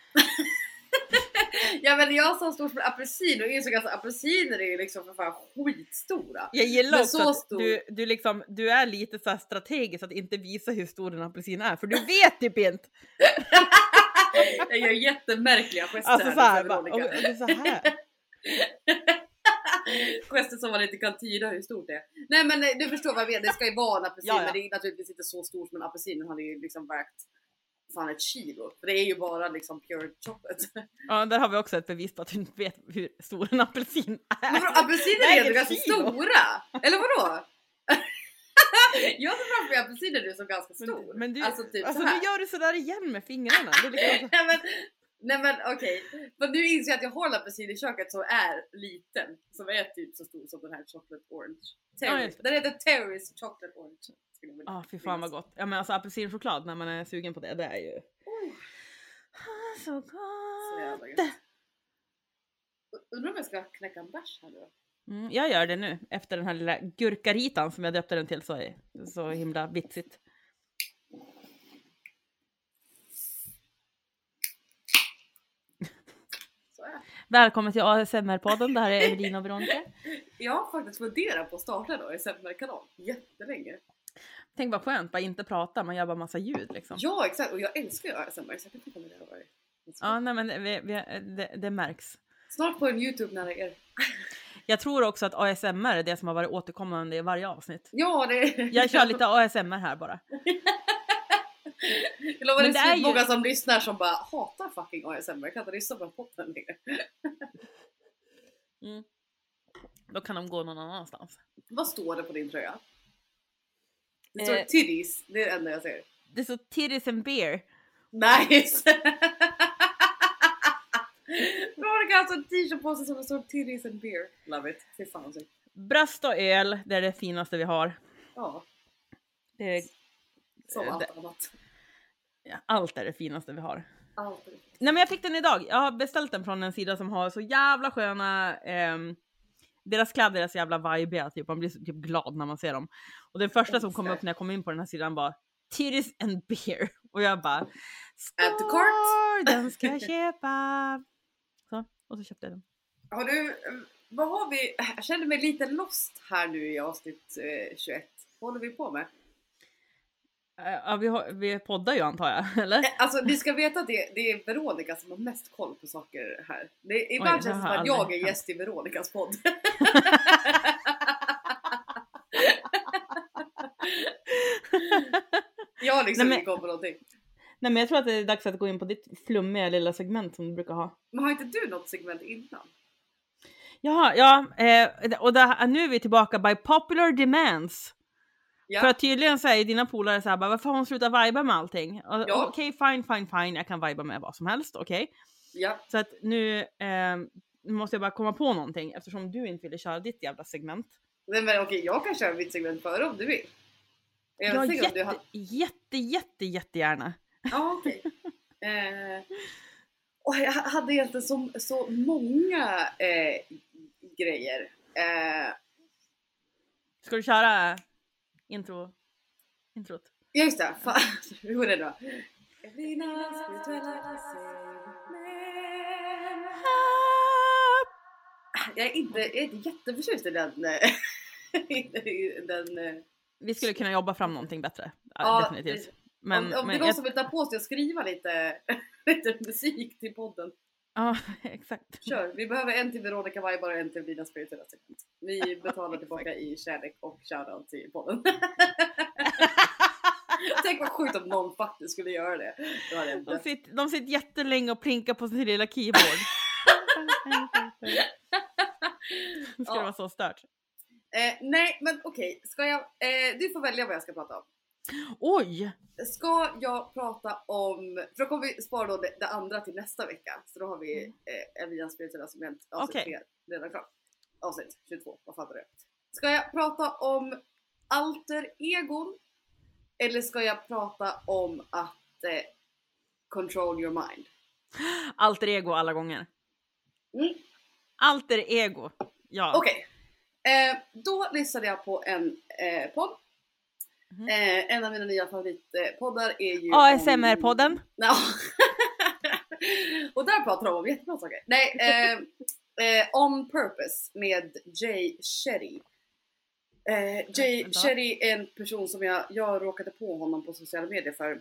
Ja men jag som stor som en apelsin och insåg att apelsiner är ju liksom för fan skitstora. Jag gillar Men också så att stor. du, du, liksom, du är lite så här strategisk att inte visa hur stor en apelsin är, för du vet typ inte. Jag gör jättemärkliga gester Alltså här, så här, nu, bara, och, Veronica. och det är så här. Gester som man inte kan tyda hur stort det är. Nej men eh, du förstår vad jag menar, det ska ju vara en apelsin Ja, ja. men det är naturligtvis inte så stor som en apelsin. Den hade ju liksom vägt fan ett kilo. För det är ju bara liksom pure chocolate. Ja, där har vi också ett bevis på att du inte vet hur stor en apelsin är. Men vadå, apelsiner är Väger ju ganska kilo. stora! Eller vadå? Jag ser framför mig apelsiner nu som ganska stor. Men, men du, alltså typ alltså, så här. du gör det sådär igen med fingrarna. Det är liksom, Nej men, nej men okej. För nu inser jag att jag har en apelsin i köket som är liten. Som är typ så stor som den här chocolate orange. Ja, Terrace. just det. Den heter Terrace chocolate orange. skulle jag vilja ja, ah, fy fan vad gott. Ja, men alltså apelsinchoklad när man är sugen på det, det är ju Oj, ah, så gott. så jävla gött. Undrar om jag ska knäcka en bärs här nu då. Mm, jag gör det nu efter den här lilla gurkaritan som jag döpte den till, så är så himla vitsigt. Så är det. Välkommen till A S M R-podden, det här är Evelina och Veronica. Jag har faktiskt funderat på att starta då i S M R-kanal jättelänge. Tänk vad skönt, bara inte prata, man gör bara massa ljud liksom. Ja exakt, och jag älskar ju A S M R så jag kan tänka mig det har varit. Ja, nej men vi, vi, det, det märks. Snart på en YouTube nära er. Jag tror också att A S M R är det som har varit återkommande i varje avsnitt. Ja det Jag kör lite A S M R här bara. Jag lovar, Men det det är är ju- många som lyssnar som bara hatar fucking A S M R. Jag kan inte lyssna på podden längre. Mm. Då kan de gå någon annanstans. Vad står det på din tröja? Det står Eh. titties, det är det enda jag ser. Det är så titties and beer. Nice! Veronica har alltså en t-shirt på sig som det står titties and beer. Love it, fy fan så. Bröst och öl, det är det finaste vi har. Ja, Det är, som Eh, allt det- annat. ja, allt är det finaste vi har. Allt är det. Nej men jag fick den idag. Jag har beställt den från en sida som har så jävla sköna... ehm, deras kläder är så jävla vibiga, typ. Man blir så, typ glad när man ser dem. Och den första som kom Älskar. upp när jag kom in på den här sidan var titties and beer. Och jag bara... Add to cart. "Score, den ska jag köpa. Så, och så köpte jag den. Har du, eh, vad har vi, jag känner mig lite lost här nu i avsnitt eh, tjugoett. Vad håller vi på med? Ja, vi, har, vi poddar ju antar jag, eller? Alltså ni ska veta att det, det är Veronica som har mest koll på saker här. Det, ibland Oj, känns det som att jag är gäst i Veronicas podd. Jag har liksom inte koll på någonting. Nej, men jag tror att det är dags att gå in på ditt flummiga lilla segment som du brukar ha. Men har inte du något segment innan? Jaha, ja, eh, och där, nu är vi tillbaka by popular demands. Ja. För att tydligen säger dina polare såhär, varför har hon slutat viba med allting? Ja. Okej, okay, fine, fine, fine, jag kan viba med vad som helst, okej. Okay. Ja. Så att nu eh, måste jag bara komma på någonting, eftersom du inte ville köra ditt jävla segment. Nej, men okej, jag kan köra mitt segment före om du vill. Jag ja, jätte, du har... jätte, jätte, jättegärna. Ja, okej. Okay. eh, och jag hade egentligen så, så många eh, grejer. Eh, Ska du köra intro? Introt? Ja, just det. Fan, hur är det då? Jag är inte, jag är inte jätteförtjust i den, i den... Vi skulle kunna jobba fram någonting bättre. Ja, definitivt. Men, om om men det är någon jag... som vill ta på sig att skriva lite, lite musik till podden. Ja, exakt. Kör, vi behöver en till Veronica Viber och en till Dina spirituella segment. Vi betalar tillbaka i kärlek och shoutout till podden. Tänk vad sjukt om någon faktiskt skulle göra det. det de, sitter, de sitter jättelänge och plinkar på sin lilla keyboard. Det ska ja. vara så stört. Eh, nej, men okej. Okay. Ska jag, eh, du får välja vad jag ska prata om. Oj! Ska jag prata om... För då kommer vi spara då det, det andra till nästa vecka. Så då har vi eh, Evians spirituella segment avsnitt okay. redan klart. Avsnitt tjugotvå, vad fan är det? Ska jag prata om alter egon? Eller ska jag prata om att eh, control your mind? Alter ego alla gånger. Mm. Alter ego, ja. Okej. Okay. Eh, då lyssnade jag på en eh, podd. Mm. Eh, en av mina nya favoritpoddar är ju A S M R-podden. Om... Ja. Och där pratar de om jättebra saker. Nej, eh, eh, On Purpose med Jay Shetty. Eh, Jay mm, Shetty är en person som jag, jag råkade på honom på sociala medier för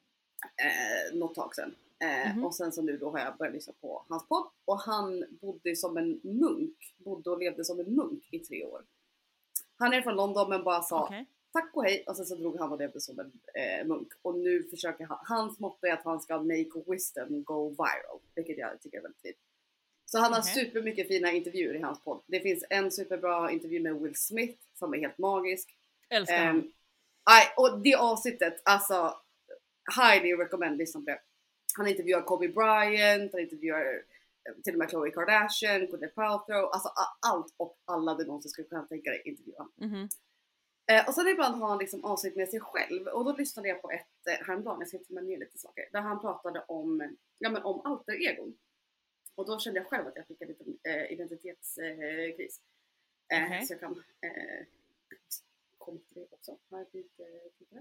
eh, något tag sedan. Eh, mm. Och sen så nu då har jag börjat lyssna på hans podd. Och han bodde som en munk. Bodde och levde som en munk i tre år. Han är från London men bara sa okay. tack och hej. Och sen så drog han och levde som en eh, munk. Och nu försöker han, hans motto är att han ska make wisdom go viral. Vilket jag tycker är väldigt fint. Så han har okay. super mycket fina intervjuer i hans podd. Det finns en superbra intervju med Will Smith som är helt magisk. Älskar um, aj, Och det avsnittet, alltså highly recommend, lyssna på det. Han intervjuar Kobe Bryant, han intervjuar till och med Khloe Kardashian, Gwyneth Paltrow, alltså allt och alla du någonsin skulle kunna tänka dig intervjua. Mm-hmm. Eh, och sen ibland har han liksom avsnitt med sig själv. Och då lyssnade jag på ett eh, häromdagen, jag ska inte med ner lite saker, där han pratade om, ja, men om alter egon. Och då kände jag själv att jag fick en liten eh, identitetskris. Eh, okay. Så jag kan eh, komma till det också. Har jag lite, lite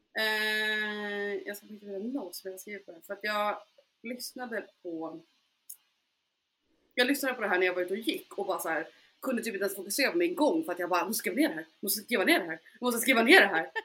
eh, jag ska skicka med en note som jag skriver på det. För att jag lyssnade på Jag lyssnade på det här när jag var ute och gick. Och bara så här, kunde typ inte ens fokusera på mig en gång. För att jag bara, måste skriva ner det här. Måste skriva ner det här. Måste skriva ner det här.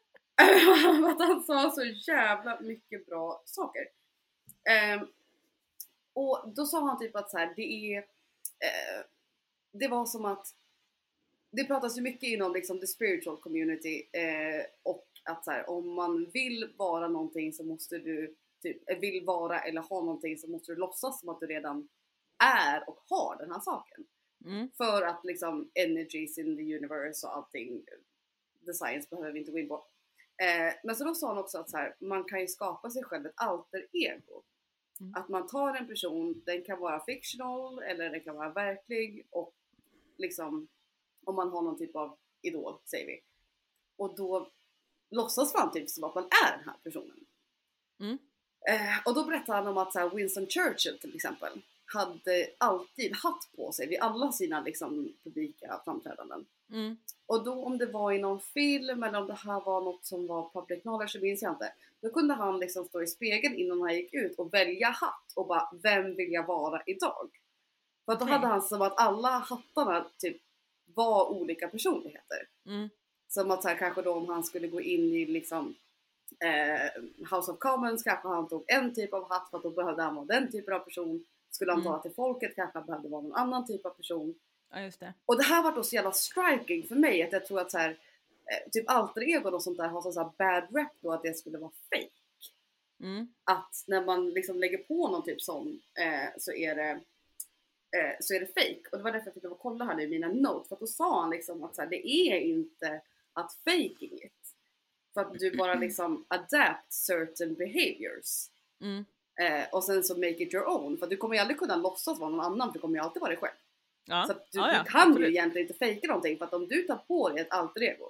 Att han sa så jävla mycket bra saker. Eh, Och då sa han typ att så här, det är eh, det var som att det pratas ju mycket inom liksom the spiritual community eh, och att så här, om man vill vara någonting så måste du typ, vill vara eller ha någonting så måste du låtsas som att du redan är och har den här saken. Mm. För att liksom energies in the universe och allting, the science behöver vi inte gå in på. Eh, men så då sa han också att så här, man kan ju skapa sig själv ett alter ego. Mm. Att man tar en person, den kan vara fictional eller den kan vara verklig och liksom om man har någon typ av idol, säger vi. Och då låtsas man typ som att man är den här personen. Mm. Eh, och då berättade han om att så här, Winston Churchill till exempel hade alltid hatt på sig vid alla sina liksom publika framträdanden. Mm. Och då om det var i någon film eller om det här var något som var public knowledge så minns jag inte. Då kunde han liksom stå i spegeln innan han gick ut och välja hatt och bara, vem vill jag vara idag? För att då okay. hade han som att alla hattarna typ var olika personligheter. Mm. Som att så här, kanske då om han skulle gå in i liksom eh, House of Commons kanske han tog en typ av hatt för att då behövde han vara den typen av person. Skulle han Mm. tala till folket kanske han behövde vara någon annan typ av person. Ja, just det. Och det här var då så jävla striking för mig att jag tror att så här, eh, typ alter ego och sånt där har så här bad rep då att det skulle vara fake. Mm. Att när man liksom lägger på någon typ sån eh, så är det eh, så är det fake. Och det var därför jag fick lov att kolla här nu i mina notes. För att då sa han liksom att så här, det är inte att faking it. För att du bara liksom adapt certain behaviors. Mm. Eh, och sen så make it your own. För att du kommer ju aldrig kunna låtsas vara någon annan. För du kommer ju alltid vara dig själv. Ja. Så att du, ja, ja. du kan Absolut. ju egentligen inte fejka någonting. För att om du tar på dig ett alter ego.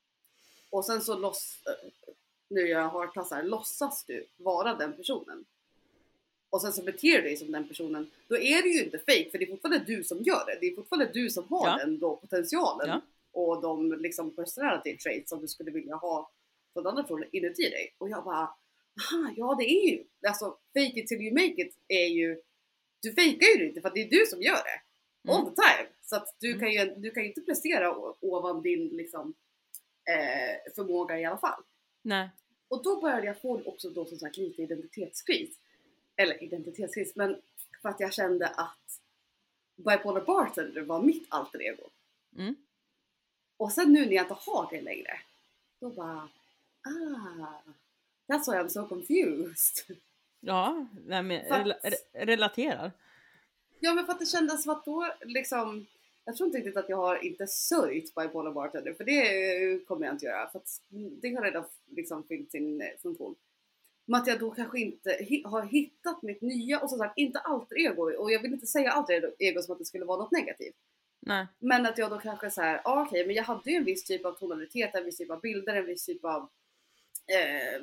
Och sen så loss, nu jag har tassar, låtsas du vara den personen. Och sen så beter du dig som den personen. Då är det ju inte fake. För det är fortfarande du som gör det. Det är fortfarande du som har Ja. den då potentialen. Ja. Och de liksom personality traits som du skulle vilja ha från andra personer inuti dig. Och jag bara, aha, ja det är ju. Alltså fake it till you make it är ju. Du fejkar ju inte för att det är du som gör det. All Mm. the time. Så att du Mm. kan ju, du kan ju inte prestera o- ovan din liksom, eh, förmåga i alla fall. Nej. Och då började jag få också då som sagt lite identitetskris. Eller identitetskris, men för att jag kände att bipolar bartender var mitt alter ego. Mm. Och sen nu när jag inte har det längre, då bara, ah, that's why I'm so confused. Ja, nej, men För att- rela- re- relaterar. Ja, men för att det kändes som att då liksom, jag tror inte riktigt att jag har inte sörjt bipolar bartender, för det kommer jag inte göra, för att det har redan liksom fyllt sin eh, funktion. Men att jag då kanske inte hi- har hittat mitt nya, och som sagt inte alter ego, och jag vill inte säga alter ego som att det skulle vara något negativt. Nej. Men att jag då kanske så här, ah, okej, men jag hade ju en viss typ av tonalitet, en viss typ av bilder, en viss typ av eh,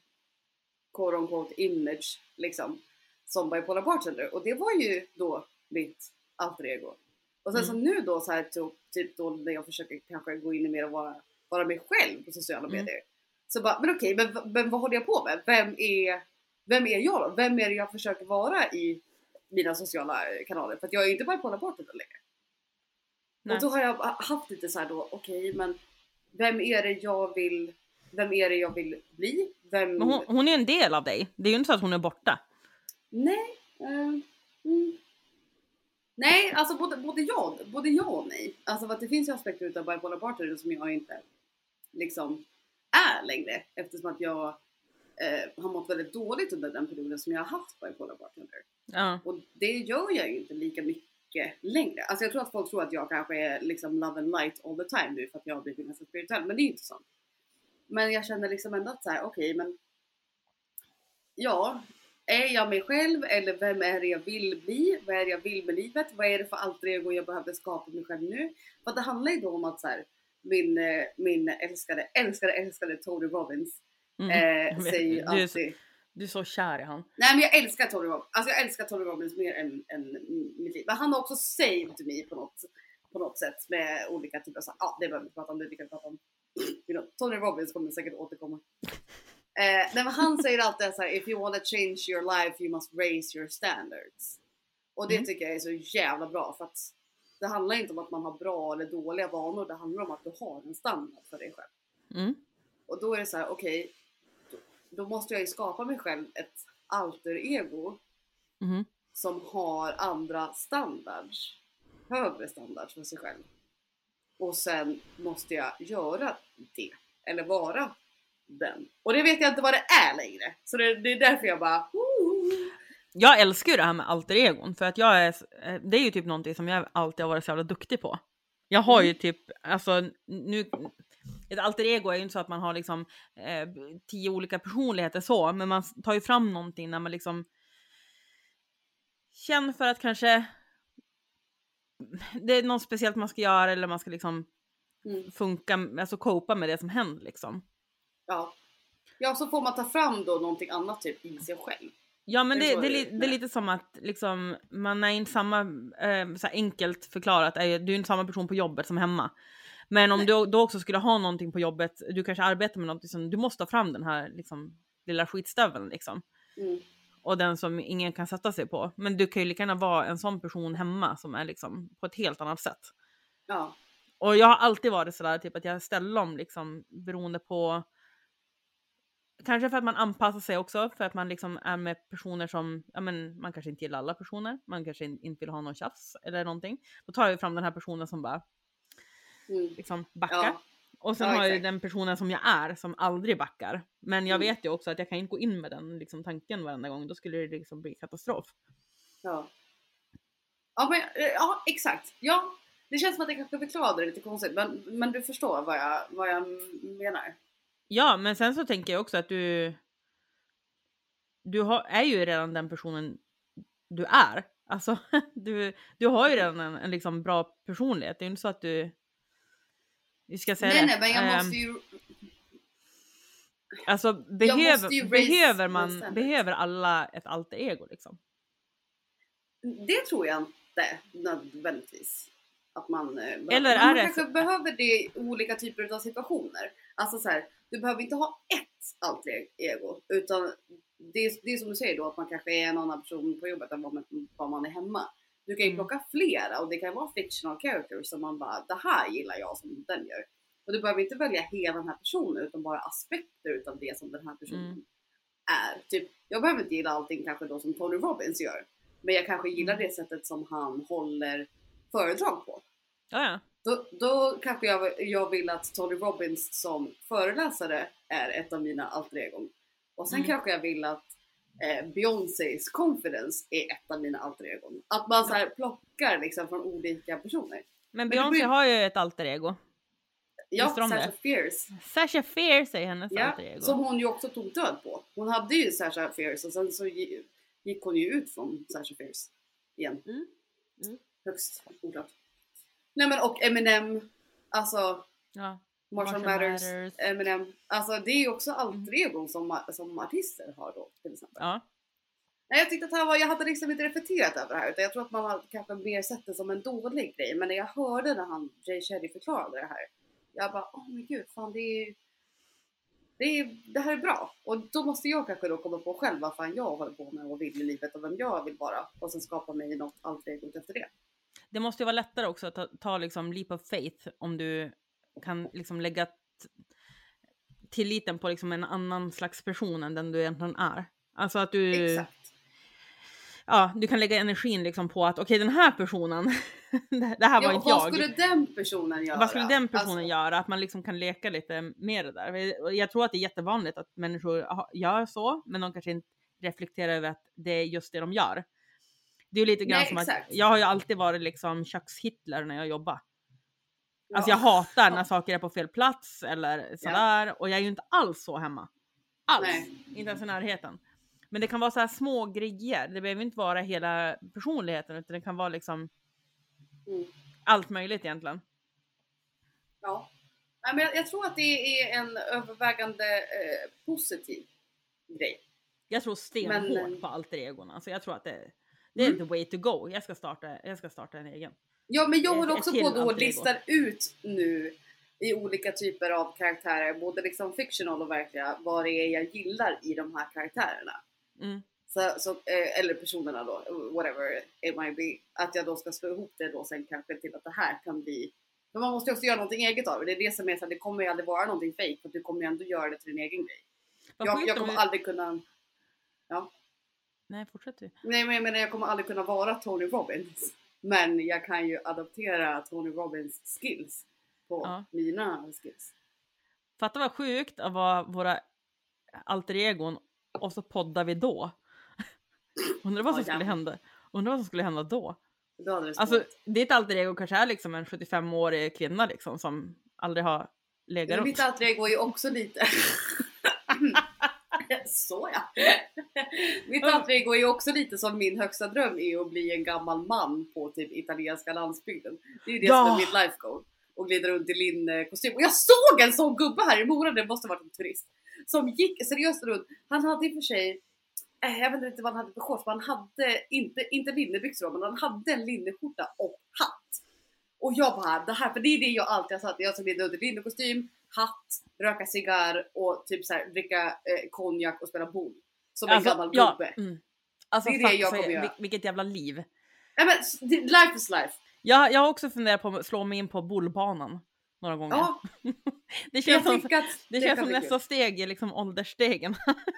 quote on quote image liksom som bipolar bartender, och det var ju då mitt alter ego. Och sen Mm. så nu då så här typ, typ då när jag försöker kanske gå in i mer och vara, vara mig själv på sociala Mm. medier. Så bara, men okej, men, men vad håller jag på med? Vem är, vem är jag då? Vem är det jag försöker vara i mina sociala kanaler? För att jag är ju inte bipolar bartender längre. Nej. Och då har jag haft lite så här då, okej, men vem är det jag vill, vem är det jag vill bli? Vem... Men hon, hon är en del av dig. Det är ju inte så att hon är borta. Nej, eh, mm. nej, alltså både, både, ja, både ja och nej. Alltså för att det finns ju aspekter utav bipolar bartender som jag inte liksom är längre. Eftersom att jag eh, har mått väldigt dåligt under den perioden som jag har haft bipolar bartender. Ja. Och det gör jag ju inte lika mycket längre. Alltså jag tror att folk tror att jag kanske är liksom love and light all the time nu för att jag har blivit nästan spirituell. Men det är ju inte sant. Men jag känner liksom ändå att så här, okej, okay, men ja, är jag mig själv eller vem är det jag vill bli? Vad är det jag vill med livet? Vad är det för alter ego jag behöver skapa mig själv nu? För att det handlar ju då om att så här, min, min älskade, älskade, älskade Tony Robbins Mm. eh, Jag vet. säger ju Du är alltid... så- Du är så kär i han. Nej, men jag älskar Tony Robbins. Alltså jag älskar Tony Robbins mer än, än mitt liv. Men han har också saved me på något, på något sätt med olika typer av så. Ja, det behöver vi inte prata om. Det vi kan prata om. You know, Tony Robbins kommer säkert återkomma. Eh, nej, men han säger alltid så här: if you want to change your life you must raise your standards. Och det Mm. tycker jag är så jävla bra, för att det handlar inte om att man har bra eller dåliga vanor. Det handlar om att du har en standard för dig själv. Mm. Och då är det så här, okej, okay, då, då måste jag ju skapa mig själv ett alter ego Mm. som har andra standards, högre standards för sig själv. Och sen måste jag göra det, eller vara den. Och det vet jag inte vad det är längre. Så det, det är därför jag bara... Woo! Jag älskar ju det här med alter egon. För att jag är, eh, det är ju typ någonting som jag alltid har varit så jävla duktig på. Jag har ju typ, alltså nu... Ett alter ego är ju inte så att man har liksom eh, tio olika personligheter så. Men man tar ju fram någonting när man liksom känner för att kanske det är något speciellt man ska göra, eller man ska liksom Mm. funka, alltså copa med det som händer liksom. Ja. Ja, så får man ta fram då någonting annat typ i sig själv. Ja, men Det är det, så det, det det, är. det är lite som att liksom, man är inte samma, eh, så här enkelt förklarat, är, du är inte samma person på jobbet som hemma. Men om Nej. du då också skulle ha någonting på jobbet, du kanske arbetar med något som du måste ta fram den här liksom, lilla skitstöveln liksom. Mm. Och den som ingen kan sätta sig på. Men du kan ju lika gärna vara en sån person hemma som är liksom på ett helt annat sätt. Ja. Och jag har alltid varit sådär typ att jag ställer om liksom beroende på kanske för att man anpassar sig också, för att man liksom är med personer som, ja men man kanske inte gillar alla personer, man kanske inte vill ha någon tjafs eller någonting. Då tar jag fram den här personen som bara Mm. liksom backar. Ja. Och sen Ja, har jag ju exakt. den personen som jag är, som aldrig backar. Men jag Mm. vet ju också att jag kan inte gå in med den liksom, tanken varenda gång, då skulle det liksom bli katastrof. Ja. Ja, men, eh, ja, exakt. Ja, det känns som att jag kanske förklarade det lite konstigt, men, men du förstår vad jag, vad jag menar. Ja, men sen så tänker jag också att du du har, är ju redan den personen du är. Alltså, du, du har ju redan en, en liksom bra personlighet. Det är ju inte så att du... Vi ska säga Nej, det. nej, men jag Ehm, måste ju... Alltså, måste behöver, ju raise behöver my man... standards. Behöver alla ett alter ego liksom? Det tror jag inte nödvändigtvis. Att man, eh, Eller men är man det kanske för- behöver det i olika typer av situationer. Alltså så här, du behöver inte ha ett alter ego. Utan det är, det är som du säger då, att man kanske är en annan person på jobbet än vad man, vad man är hemma. Du kan ju Mm. plocka flera och det kan vara fictional characters som man bara, det här gillar jag som den gör. Och du behöver inte välja hela den här personen utan bara aspekter utav det som den här personen Mm. är. Typ, jag behöver inte gilla allting kanske då som Tony Robbins gör. Men jag kanske gillar Mm. det sättet som han håller föredrag på. Ja, ja. Då, då kanske jag, jag vill att Tony Robbins som föreläsare är ett av mina alter egon. Och sen Mm. kanske jag vill att eh, Beyoncés confidence är ett av mina alter egon. Att man så här plockar liksom från olika personer. Men det Beyoncé blir- har ju ett alter ego. Ja, Visste de Sasha det? Fierce. Sasha Fierce är hennes Ja, alter ego. som hon ju också tog död på. Hon hade ju Sasha Fierce och sen så gi- gick hon ju ut från Sasha Fierce igen. Mm. Mm. Högst oklart. Nej men och Eminem, alltså Ja. Marshall Marshall Mathers, Mathers. Eminem. Alltså det är ju också alter egon som, som artister har då till exempel. Ja. Nej, jag tyckte att han var, jag hade liksom inte reflekterat över det här utan jag tror att man har kanske mer sett det som en dålig grej. Men när jag hörde när han, Jay Shetty förklarade det här, jag bara, åh men gud, fan det är det, är, det här är bra. Och då måste jag kanske då komma på själv vad fan jag håller på med och vill i livet och vem jag vill vara. Och sen skapa mig något alter ego efter det. Det måste ju vara lättare också att ta, ta liksom leap of faith om du kan liksom lägga t- tilliten på liksom en annan slags person än den du egentligen är. Alltså att du, Exakt. ja, du kan lägga energin liksom på att okej, den här personen, det det här var Ja, inte vad jag. skulle den personen göra? Vad skulle den personen Alltså, göra? Att man liksom kan leka lite med det där. Och jag tror att det är jättevanligt att människor ha- gör så, men de kanske inte reflekterar över att det är just det de gör. Det är ju lite grann Nej, som att exakt. jag har ju alltid varit liksom köks-Hitler när jag jobbar. ja. Alltså jag hatar när saker är på fel plats eller sådär. Och jag är ju inte alls så hemma. Alls. Nej. Inte ens i närheten. Men det kan vara så här små grejer. Det behöver inte vara hela personligheten, utan det kan vara liksom Mm. allt möjligt egentligen. Ja. Nej, men jag, jag tror att det är en övervägande eh, positiv grej. Jag tror stenhårt Men- på alter egon. Alltså jag tror att det, det är Mm. the way to go. Jag ska starta, jag ska starta en egen. Ja, men jag Ett- håller ett också till på då och alter ego. listar ut nu i olika typer av karaktärer, både liksom fictional och verkliga, vad det är jag gillar i de här karaktärerna. Mm. Så, så, eh, eller personerna då, whatever it might be. Att jag då ska slå ihop det då sen kanske till att det här kan bli... Men man måste ju också göra någonting eget av det. Det är det som är så att det kommer ju aldrig vara någonting fake, för du kommer ju ändå göra det till din egen grej. Vad Jag, sjukt jag om kommer vi- aldrig kunna... Nej, fortsätt du. Nej, men jag menar, jag kommer aldrig kunna vara Tony Robbins. Men jag kan ju adaptera Tony Robbins skills på Ja. mina skills. Fatta vad sjukt att vara våra alter egon och så poddar vi då. Undrar vad som Ja, skulle ja. hända. Undrar vad som skulle hända då. Då hade det Alltså, spårat. ditt alter ego kanske är liksom en sjuttiofem-årig kvinna liksom som aldrig har legat Men runt. mitt alter ego är ju också lite... Så ja. Mitt alter ego är ju också lite som min högsta dröm är att bli en gammal man på typ italienska landsbygden. Det är ju det Ja. som är mitt life goal. Och glida runt i linnekostym. Och jag såg en sån gubbe här i Mora, det måste ha varit en turist. Som gick seriöst runt. Han hade i och för sig, eh, jag vet inte vad han hade för shorts, men han hade inte, inte linnebyxor, men han hade en linneskjorta och hatt. Och jag bara, det här, för det är det jag alltid har sagt. Jag ska glida runt i linnekostym, hatt, röka cigarr och typ så här, dricka eh, konjak och spela boll. Som en gammal ja, gubbe. mm. Alltså, Det är det fuck, jag så- kommer göra. vil- vilket jävla liv. Nej men, det- life is life. Jag, jag har också funderat på att slå mig in på bollbanan. några gånger. Ja. det känns som, att det det känns som bli nästa kul. steg i liksom åldersstegen.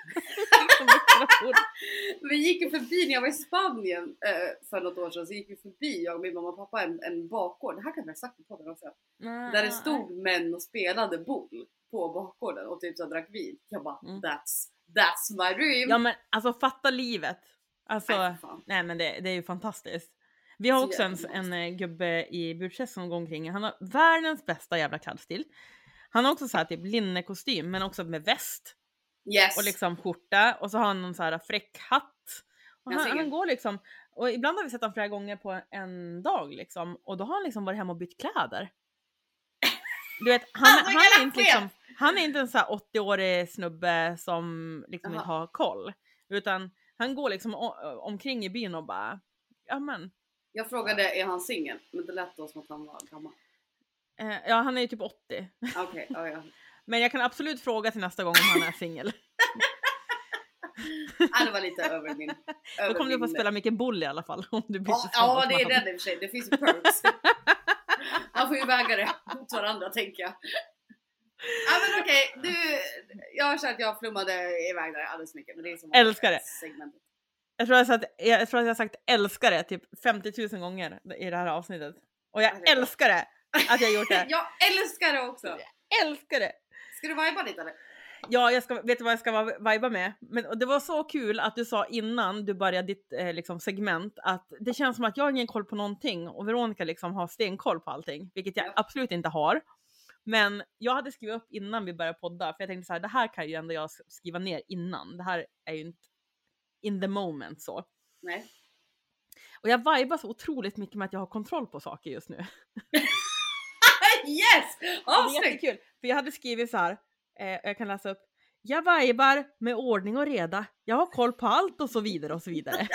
Vi gick ju förbi när jag var i Spanien eh, för något år sedan, så gick vi förbi, jag och min mamma och pappa, en, en bakgård. Det här kan jag ha sagt på podden också. Nej, Där det stod män och spelade boll på bakgården och typ så drack vin. Jag bara, Mm. that's, that's my dream. Ja men alltså fatta livet. Alltså, Nej, fan. nej men det, det är ju fantastiskt. Vi har Så också en, jävla en eh, gubbe i Burträsk som går omkring. Han har världens bästa jävla klädstil. Han har också så här typ linnekostym men också med väst. Yes. Och liksom skjorta. Och så har han någon så här fräck hatt. Och Jag han, ser. han går liksom. Och ibland har vi sett honom flera gånger på en dag liksom. Och då har han liksom varit hemma och bytt kläder. Du vet, han, Alltså, han, är jävla inte liksom, han är inte en så här åttio-årig snubbe som liksom vill Aha. ha koll. Utan han går liksom o- omkring i byn och bara, ja men. Jag frågade, är han singel? Men det lät då som att han var gammal. Eh, ja, han är ju typ åttio. Okej, okay, ja, ja. Men jag kan absolut fråga till nästa gång om han är singel. Ah, det var lite över min... Över Då kommer min... du få spela mycket boll i alla fall. Om du byter Ja, ja, det är samma den i och för sig. Det finns ju perks. Man får ju väga det mot varandra, tänker jag. Ja, men okej. Du, jag har känt att jag flummade iväg där alldeles mycket. Men det är som Älskar det. segmentet. Jag tror, jag, sagt, jag tror att jag har sagt älskar det typ femtio tusen gånger i det här avsnittet. Och jag Ja, det är bra. älskar det att jag har gjort det. Jag älskar det också. Jag älskar det. Ska du viba lite eller? Ja, jag ska, vet du vad jag ska va- viba med? Men, och det var så kul att du sa innan du började ditt eh, liksom, segment att det känns som att jag har ingen koll på någonting och Veronica liksom har stenkoll på allting, vilket jag Ja. absolut inte har. Men jag hade skrivit upp innan vi började podda, för jag tänkte så här, det här kan ju ändå jag skriva ner innan. Det här är ju inte in the moment så. Nej. Och jag vibar så otroligt mycket med att jag har kontroll på saker just nu. Yes! Och Ja, det är snyggt. jättekul, för jag hade skrivit så här, eh, jag kan läsa upp. Jag vibar med ordning och reda. Jag har koll på allt och så vidare och så vidare.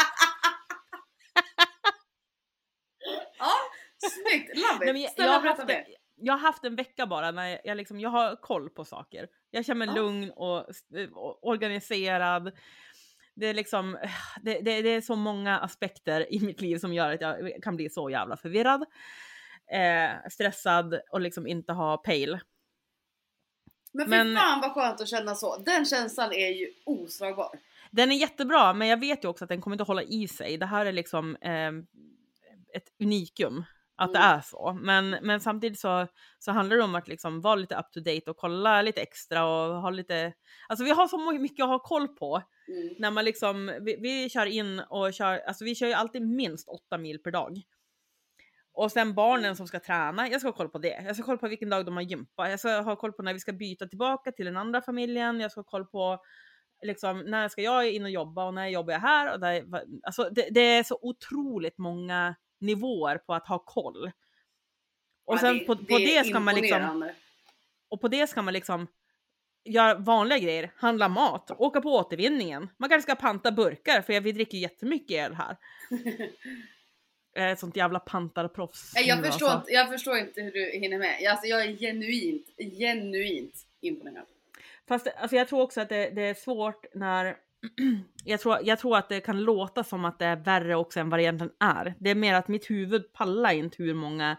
Ja, snyggt. Love it. Nej, men jag, Snälla jag, har berätta haft mer. en, jag har haft en vecka bara när jag, jag, liksom, jag har koll på saker. Jag känner mig Ja. lugn och, och organiserad. Det är liksom, det, det, det är så många aspekter i mitt liv som gör att jag kan bli så jävla förvirrad. Eh, stressad och liksom inte ha pejl. Men fy Men- fan vad skönt att känna så. Den känslan är ju oslagbar. Den är jättebra, men jag vet ju också att den kommer inte hålla i sig. Det här är liksom eh, ett unikum att det Mm. är så. Men, men samtidigt så, så handlar det om att liksom vara lite up to date och kolla lite extra och ha lite... Alltså vi har så mycket att ha koll på. Mm. När man liksom, vi, vi kör in och kör, alltså vi kör ju alltid minst åtta mil per dag. Och sen barnen som ska träna, jag ska ha koll på det. Jag ska ha koll på vilken dag de har gympa. Jag ska ha koll på när vi ska byta tillbaka till den andra familjen. Jag ska ha koll på liksom, när ska jag in och jobba och när jobbar jag här. Och där, alltså det, det är så otroligt många nivåer på att ha koll. Och Ja, sen det- på, på det är det ska man liksom, imponerande. och på det ska man liksom göra vanliga grejer, handla mat, åka på återvinningen. Man kanske ska panta burkar, för vi dricker jättemycket öl här. Jag är ett sånt jävla pantarproffs. Nej, jag, nu, förstår alltså. inte, jag förstår inte hur du hinner med. Alltså, jag är genuint, genuint imponerad. Fast alltså, jag tror också att det, det är svårt när... jag, tror, jag tror att det kan låta som att det är värre också än vad det egentligen är. Det är mer att mitt huvud pallar inte hur många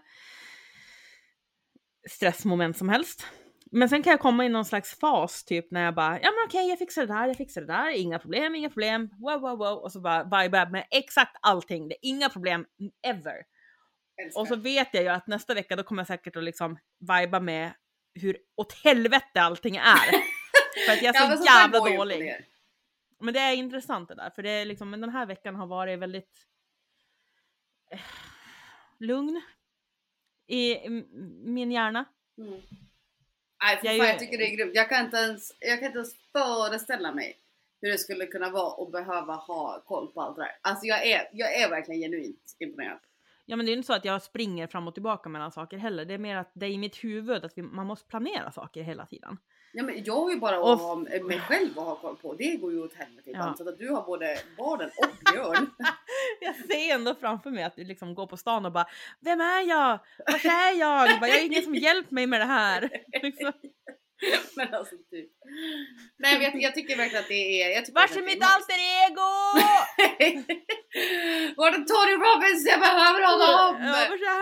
stressmoment som helst. Men sen kan jag komma i någon slags fas typ när jag bara, ja men okej, jag fixar det där, jag fixar det där, inga problem, inga problem, wow wow wow, och så bara vibe med exakt allting, det är inga problem ever. Älskar. Och så vet jag ju att nästa vecka då kommer jag säkert att liksom viba med hur åt helvete allting är. För att jag är så Ja, men sånt där jävla går ju på dålig. ner. Men det är intressant det där, för det är liksom, men den här veckan har varit väldigt eh, lugn i m- min hjärna. Mm. Nej, för Jag fan, är ju- jag tycker det är grymt. Jag kan, inte ens, jag kan inte ens föreställa mig hur det skulle kunna vara att behöva ha koll på allt det där. Alltså jag är, jag är verkligen genuint imponerad. Ja, men det är inte så att jag springer fram och tillbaka mellan saker heller. Det är mer att det är i mitt huvud att vi, man måste planera saker hela tiden. Ja, men jag har ju bara Och- att ha mig själv att ha koll på. Det går ju åt helvete ibland. Ja. Så att du har både barnen och Björn. Jag ser ändå framför mig att du liksom går på stan och bara, vem är jag? Vart är jag? Jag, bara, jag har ingen som hjälpt mig med det här. Liksom. Men alltså typ. Nej, men jag, jag tycker verkligen att det är... Jag tycker Vart är verkligen mitt att alter ego? det är- Var är Tony Robbins? Jag behöver honom! Ja, vart är han?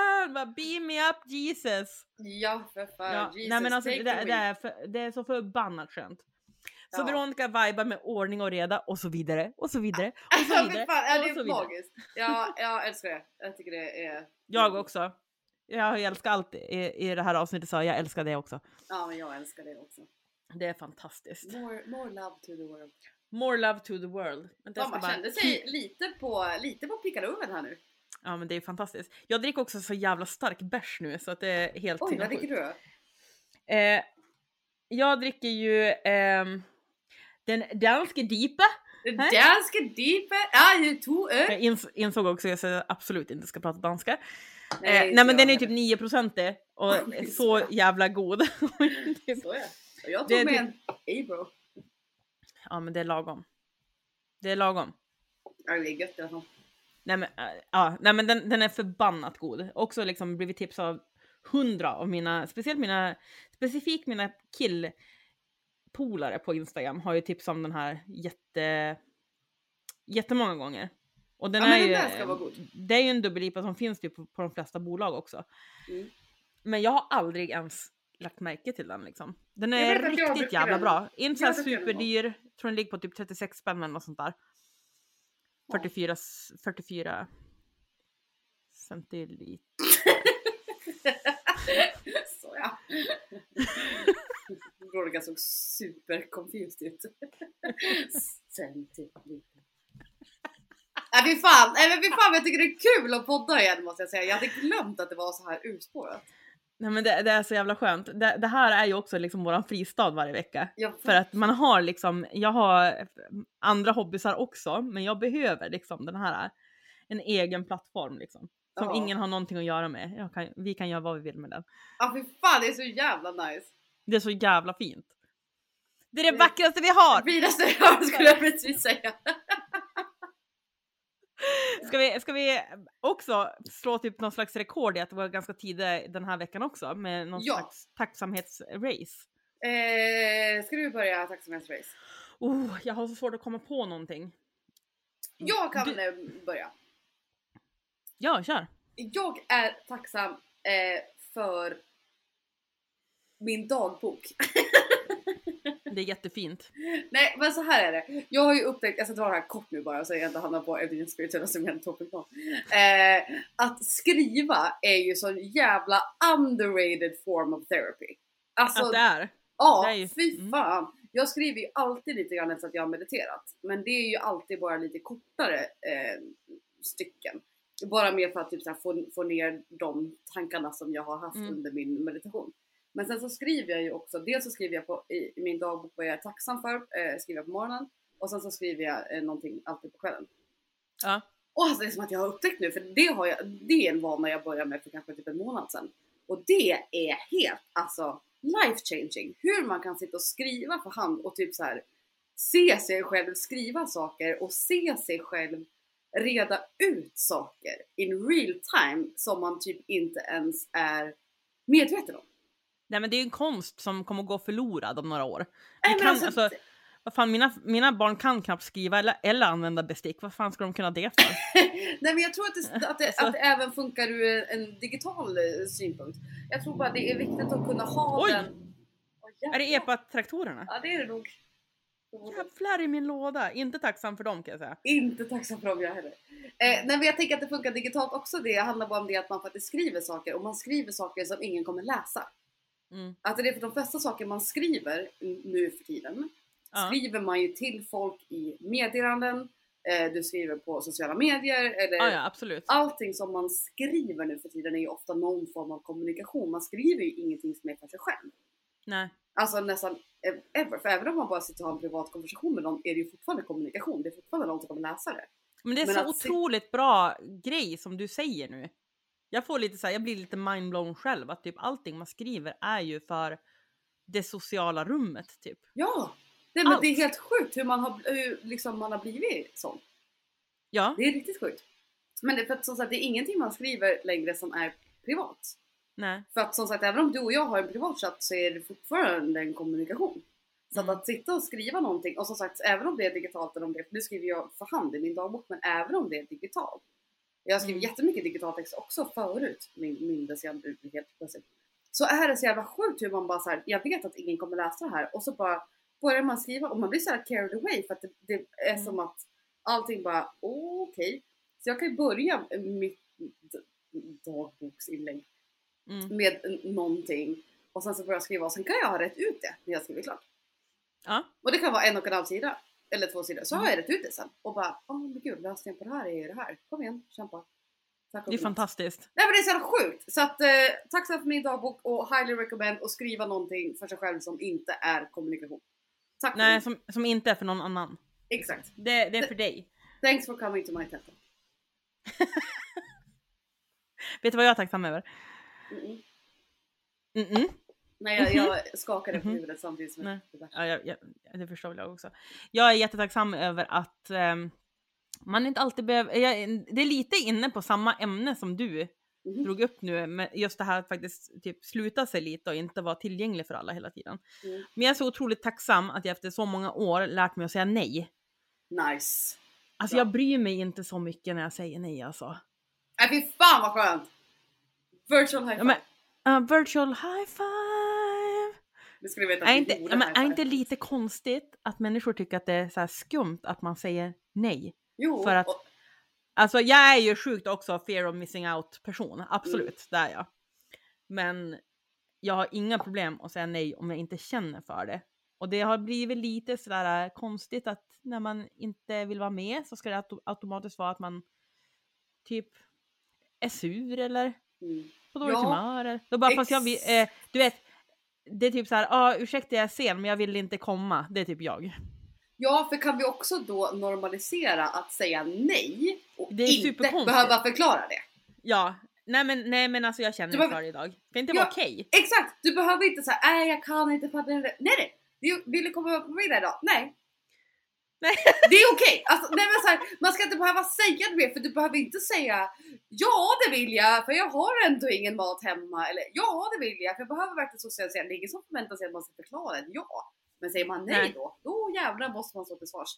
bara beam me up Jesus. Ja, för fan. Ja, Jesus, nej men alltså take det, the det, är wheel. för, det är så förbannat skönt. Så Ja. Veronica vibar med ordning och reda och så vidare och så vidare och så Ja, vidare för fan, ja, och det så är vidare. magiskt. Ja, jag älskar det. Jag tycker det är... Jag också. Jag älskar allt i, i det här avsnittet, så jag älskar det också. Ja, men jag älskar det också. Det är fantastiskt. More, more love to the world. More love to the world. Vänta, jag Ja, ska man bara- kände sig lite på, lite på pickadoven här nu. Ja men det är fantastiskt. Jag dricker också så jävla stark bärs nu så att det är helt Oj, vad sinnessjukt. dricker du då? Eh, jag dricker ju ehm, den danske dipa. Den danska dipa. Ja, du tog öl. Jag ins- insåg också att jag absolut inte ska prata danska. Nej, Eh, inte nej men jag den är heller. typ nio procent och Oj, så så. jävla god. Så ja. Och jag Det är tog med typ- en A-bro. Ja men det är lagom. Det är lagom. Ja, det är gött i alla fall. Nej men, äh, ja, nej, men den, den är förbannat god. Också liksom blivit tipsad av hundra av mina, speciellt mina, specifikt mina killpolare på Instagram har ju tipsat om den här jätte, jättemånga gånger. Och den Ja, men är den ju, där ska vara god. det är ju en dubbel I P A som finns typ på, på de flesta bolag också. Mm. Men jag har aldrig ens lagt märke till den liksom. Den Jag är vet att jag riktigt brukar jävla den. bra. Inte så här Jag brukar den superdyr. Tror den ligger på typ trettiosex spänn eller något sånt där. Ja. fyrtiofyra, fyrtiofyra centiliter. Så ja. Veronica såg super confused ut. Centiliter. Nej fy fan, nej men fy fan, jag tycker det är kul att podda igen måste jag säga. Jag hade glömt att det var så här urspårat. Nej men det, det är så jävla skönt. Det, det här är ju också liksom våran fristad varje vecka. Jag, För att man har liksom, jag har andra hobbysar också, men jag behöver liksom den här, en egen plattform liksom. Som Ja. ingen har någonting att göra med. Jag kan, vi kan göra vad vi vill med den. ja fy fan, det är så jävla nice. Det är så jävla fint. Det är det Det- vackraste vi har! Finaste jag har skulle jag precis säga. Ska vi, ska vi också slå typ någon slags rekord i att det var ganska tidigt den här veckan också? Med någon Ja. slags tacksamhetsrace. Eh, ska du börja tacksamhetsrace? Oh, jag har så svårt att komma på någonting. Jag kan Du- eh, börja. Ja, kör. Jag är tacksam eh, för min dagbok. Det är jättefint. Nej, men så här är det. Jag har ju upptäckt, jag ska dra det här kort nu bara så jag inte hamnar på Everything Spiritual som en topic på. Eh, att skriva är ju så jävla underrated form of therapy. Alltså, Att det är. ja, det är ju- fy mm. fan. Jag skriver ju alltid lite grann efter att jag har mediterat. Men det är ju alltid bara lite kortare eh, stycken. Bara mer för att typ, så här, få, få ner de tankarna som jag har haft Mm. under min meditation. Men sen så skriver jag ju också, dels så skriver jag på, i, i min dagbok vad jag är tacksam för, eh, skriver jag på morgonen. Och sen så skriver jag eh, någonting alltid på kvällen. Ja. Och alltså det är som att jag har upptäckt nu, för det, har jag, det är en vana jag började med för kanske typ en månad sedan. Och det är helt, alltså life changing. Hur man kan sitta och skriva för hand och typ så här se sig själv skriva saker och se sig själv reda ut saker in real time som man typ inte ens är medveten om. Nej men det är ju en konst som kommer att gå förlorad om några år. Vi Nej, men kan, alltså- alltså, vad fan, mina, mina barn kan knappt skriva eller, eller använda bestick. Vad fan ska de kunna det för? Nej men jag tror att det, att det, Alltså- att det även funkar ur en digital eh, synpunkt. Jag tror bara det är viktigt att kunna ha Oj! den. Åh, Är det jävlar. epa-traktorerna? Ja det är det nog. Jävlar i min låda. Inte tacksam för dem kan jag säga. Inte tacksam för dem jag heller. Eh, nej men jag tänker att det funkar digitalt också. Det handlar bara om det att man faktiskt skriver saker. Och man skriver saker som ingen kommer läsa. Mm. Att det är för de flesta saker man skriver nu för tiden. Ja. Skriver man ju till folk i meddelanden. Eh, du skriver på sociala medier. Eller Ja, ja, absolut. allting som man skriver nu för tiden är ju ofta någon form av kommunikation. Man skriver ju ingenting som är för sig själv. Nej. Alltså nästan ever. För även om man bara sitter och har en privat konversation med någon är det ju fortfarande kommunikation. Det är fortfarande någon som kommer läsa det. Men det är Men så att se- otroligt bra grej som du säger nu. Jag får lite så här, jag blir lite mindblown själv. Att typ allting man skriver är ju för det sociala rummet typ. Ja! Nej, men Allt. det är helt sjukt hur man har, hur liksom man har blivit sån. Ja, Det är riktigt sjukt. Men det är för att som sagt, det är ingenting man skriver längre som är privat. nej. För att som sagt, även om du och jag har en privat chatt så är det fortfarande en kommunikation. Så Mm. att, att sitta och skriva någonting, och som sagt, även om det är digitalt eller om det, nu skriver jag för hand i min dagbok, men även om det är digitalt. Jag har skrivit Mm. jättemycket digital text också förut. Min, mindes jag nu helt plötsligt. Så är det så jävla sjukt hur man bara så här, jag vet att ingen kommer läsa det här. Och så bara börjar man skriva och man blir så här carried away. För att det, det är Mm. som att allting bara, okej. Okay. Så jag kan ju börja mitt dagboksinlägg Mm. med någonting. Och sen så börjar jag skriva och sen kan jag ha rätt ut det när jag skriver klart. Ja. Och det kan vara en och en halv sida. Eller två sidor. Så Mm. har jag rätt ut det sen. Och bara, åh men gud, lösningen på det här är ju det här. Kom igen, kämpa. Tack och Det är godnatt. fantastiskt. Nej men det är så jävla sjukt. Så att eh, tack så mycket för min dagbok. Och highly recommend att skriva någonting för sig själv som inte är kommunikation. Tack för Nej, det. som, som inte är för någon annan. Exakt. Det, det är för dig. Thanks for coming to my TED Talk. Vet du vad jag är tacksam över? Mm-mm. Mm-mm. Nej jag, jag skakade på Mhm. huvudet samtidigt som Nej. det där. Ja, jag, jag, det förstår väl jag också. Jag är jättetacksam över att ehm, man inte alltid behöver... Jag, det är lite inne på samma ämne som du Mhm. drog upp nu. Men just det här att faktiskt typ sluta sig lite och inte vara tillgänglig för alla hela tiden. Mm. Men jag är så otroligt tacksam att jag efter så många år lärt mig att säga nej. Nice. Alltså Bra. jag bryr mig inte så mycket när jag säger nej alltså. Nej fy fan vad skönt. Virtual high Ja, five. men, uh, virtual high five! Det skulle du veta Är att inte, vi gjorde ja, men high är five. inte lite konstigt att människor tycker att det är så här skumt att man säger nej? Jo, för att- och, Alltså jag är ju sjukt också fear of missing out person. Absolut, det är jag. Men jag har inga problem att säga nej om jag inte känner för det. Och det har blivit lite sådär konstigt att när man inte vill vara med så ska det auto- automatiskt vara att man typ är sur eller mm. på dåligt Ja, humör. Eller. Då bara ex- fast jag vill, eh, du vet, det är typ så här, ah, ursäkta jag är sen men jag vill inte komma. Det är typ jag. Ja, för kan vi också då normalisera att säga nej och Det är inte superkonstigt. behöva förklara det? Ja, nej men, nej, men alltså jag känner Du inte behöver- för det idag. Det kan inte Ja. vara okej. Exakt! Du behöver inte säga nej jag kan inte för att det är det. Nej nej! Du vill du komma på middag idag? Nej. Nej. Det är okej! Alltså, nej, men så här, man ska inte behöva säga det mer för du behöver inte säga ja det vill jag för jag har ändå ingen mat hemma eller ja det vill jag för jag behöver verkligen socialisera. Det är ingen som förväntar sig att man ska förklara ett ja. Men säger man nej, Nej. då, då jävlar måste man stå till svars.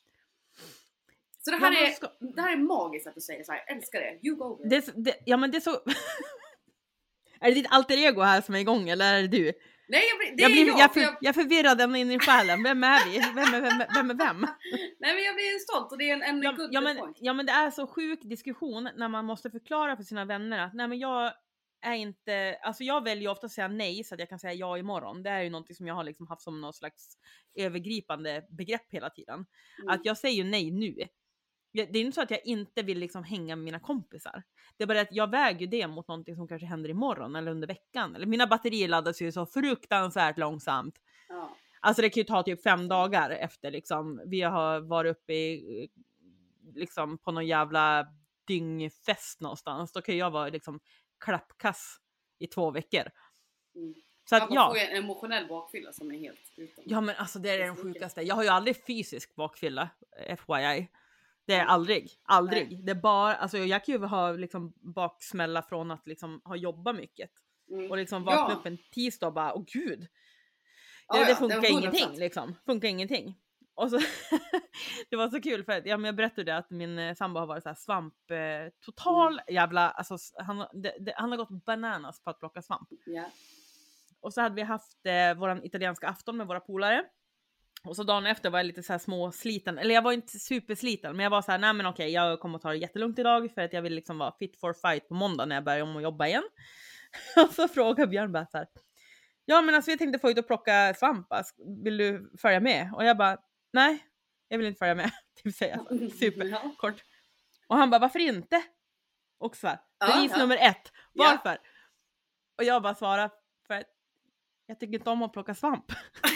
Så det Ja, här, man är, ska- det här är magiskt att du säger så här. Älskar det, you go girl. Det, är så- det, ja men det är så... Är det ditt alter ego här som är igång eller är det du? Nej jag blir, det Jag, är blir, jag, jag, för för, jag, jag är förvirrad ända in i själen. Vem är vi? Vem är vem? Vem är vem? nej men jag blir stolt och det är en, en Ja, good ja, men, point. ja men det är så sjuk diskussion när man måste förklara för sina vänner att nej men jag är inte, alltså jag väljer ofta att säga nej så att jag kan säga ja imorgon. Det är ju någonting som jag har liksom haft som någon slags övergripande begrepp hela tiden. Mm. Att jag säger nej nu. Jag- Det är inte så att jag inte vill liksom hänga med mina kompisar. Det är bara att jag väger det mot någonting som kanske händer imorgon eller under veckan. Eller mina batterier laddas ju så fruktansvärt långsamt. Ja. Alltså det kan ju ta typ fem dagar efter liksom vi har varit uppe i liksom på någon jävla dyngfest någonstans. Då kan jag vara liksom klappkass i två veckor. Mm. Så att Man ja. får ju en emotionell bakfylla som är helt utan. Ja men alltså det är den Det är så mycket. sjukaste. Jag har ju aldrig fysisk bakfylla, F Y I. Det är Nej. aldrig, aldrig. Det är bara, alltså jag kan ju ha liksom baksmälla från att liksom ha jobbat mycket. Mm. Och liksom vakna Ja. upp en tisdag och bara, åh gud. Ja, det, ja, det det funkar var hundra ingenting procent. liksom. Funkar ingenting. Och så, det var så kul för att ja, men jag berättade det att min eh, sambo har varit så här svamp, eh, total Mm. jävla, alltså s- han, har- det, det, han har gått bananas på att plocka svamp. Ja. Och så hade vi haft eh, våran italienska afton med våra polare. Och så dagen efter var jag lite så här småsliten. Eller jag var inte supersliten. Men jag var så här, nej men okej, jag kommer att ta det jättelugnt idag. För att jag vill liksom vara fit for fight på måndag när jag börjar om att jobba igen. Och så frågar Björn bara så här. Ja men alltså vi tänkte få ut och plocka svamp. Alltså, vill du följa med? Och jag bara, nej. Jag vill inte följa med. Typ säga så. Ja. Superkort. Och han bara, varför inte? Och så här, Ja, bevis ja. nummer ett. Ja. Varför? Och jag bara svarar, för att jag tycker inte om att plocka svamp.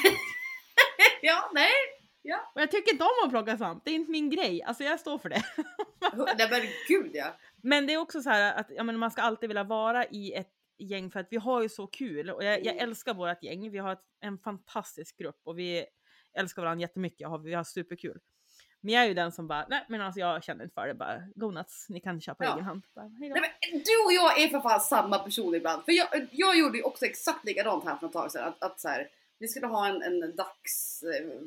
Ja, nej. Och jag tycker inte om att plocka svamp. Det är inte min grej. Alltså jag står för det. Nej men gud ja. Men det är också så här att ja, men man ska alltid vilja vara i ett gäng för att vi har ju så kul. Och jag, jag Mm. älskar vårt gäng. Vi har ett, en fantastisk grupp och vi älskar varandra jättemycket. Och vi har superkul. Men jag är ju den som bara, nej men alltså jag känner inte för det. Bara, go nuts, ni kan köra på Ja. egen hand. Bara, hej då. Nej, men du och jag är för fan samma person ibland. För jag, jag gjorde ju också exakt likadant här för ett tag sedan. Att, att så här, vi skulle ha en, en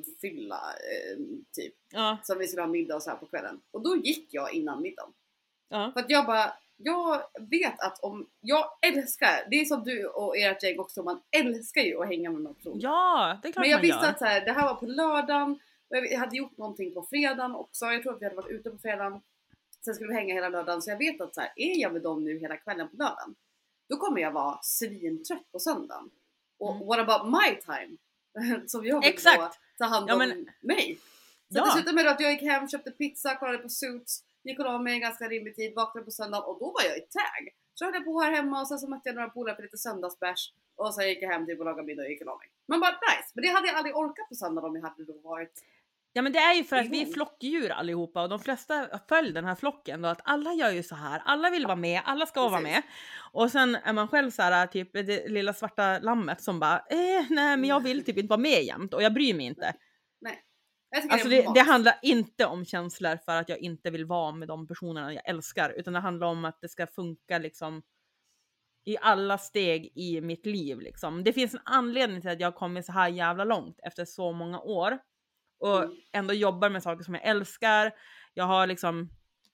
dagsfylla eh, typ. Ja, Som vi skulle ha middag och så här på kvällen. Och då gick jag innan middagen. Ja. För att jag bara, jag vet att om, jag älskar, det är som du och ert gäng också, man älskar ju att hänga med någon person. Ja, det är klart Men jag man visste gör. att så här, det här var på lördagen, och jag hade gjort någonting på fredagen också, jag tror att vi hade varit ute på fredagen. Sen skulle vi hänga hela lördagen, så jag vet att så här, är jag med dem nu hela kvällen på lördagen, då kommer jag vara svintrött på söndagen. Och Mm. what about my time? Som jag vill Exakt. då ta hand Ja, om men- mig. Så Ja. det slutade med att jag gick hem, köpte pizza, kollade på Suits, gick och la mig en ganska rimlig tid, vaknade på söndagen och då var jag i tag. Så höll jag på här hemma och sen så mötte jag några polare på lite söndagsbärs och sen gick jag hem till och lagade middag och gick och la mig. Men bara nice, men det hade jag aldrig orkat på söndagen om jag hade då varit. Ja, men det är ju för att vi är igång. flockdjur allihopa och de flesta följer den här flocken då, att alla gör ju så här, alla vill vara med, alla ska vara Precis. med. Och sen är man själv så här, typ det lilla svarta lammet som bara, eh, nej men jag vill typ inte vara med jämt och jag bryr mig inte. Nej. Jag tycker Alltså det, det, är det mat. handlar inte om känslor för att jag inte vill vara med de personerna jag älskar, utan det handlar om att det ska funka liksom i alla steg i mitt liv liksom. Det finns en anledning till att jag har kommit så här jävla långt efter så många år och Mm. ändå jobbar med saker som jag älskar. Jag har liksom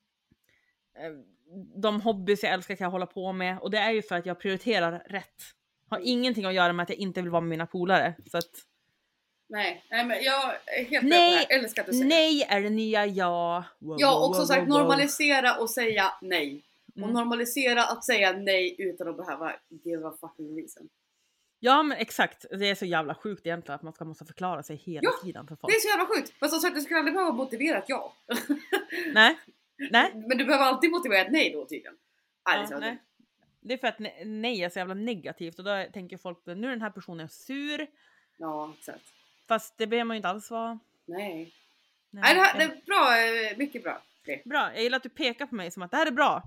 eh, de hobbys jag älskar kan jag hålla på med, och det är ju för att jag prioriterar rätt. Har ingenting att göra med att jag inte vill vara med mina polare, så att Nej, nej men jag är helt med Nej, på det här. Jag älskar att du säger det. nej är det nya ja. Wow, Ja, wow, också wow, sagt wow, wow. normalisera och säga nej. Och Mm. normalisera att säga nej utan att behöva give a fucking reason. Ja men exakt, det är så jävla sjukt egentligen att man ska måste förklara sig hela Ja, tiden för Det folk. är så jävla sjukt. Fast som sagt, du skulle aldrig behöva motivera ett ja. Nej, nej. Men du behöver alltid motivera ett nej då tydligen. Nej, Ja, nej. Det är för att ne- nej är så jävla negativt och då tänker folk nu är den här personen sur, Ja, exakt. fast det behöver man ju inte alls vara. Nej. Nej, Nej, det, här, det eh, är bra, eh, mycket bra. Okay. Bra, jag gillar att du pekar på mig som att det här är bra.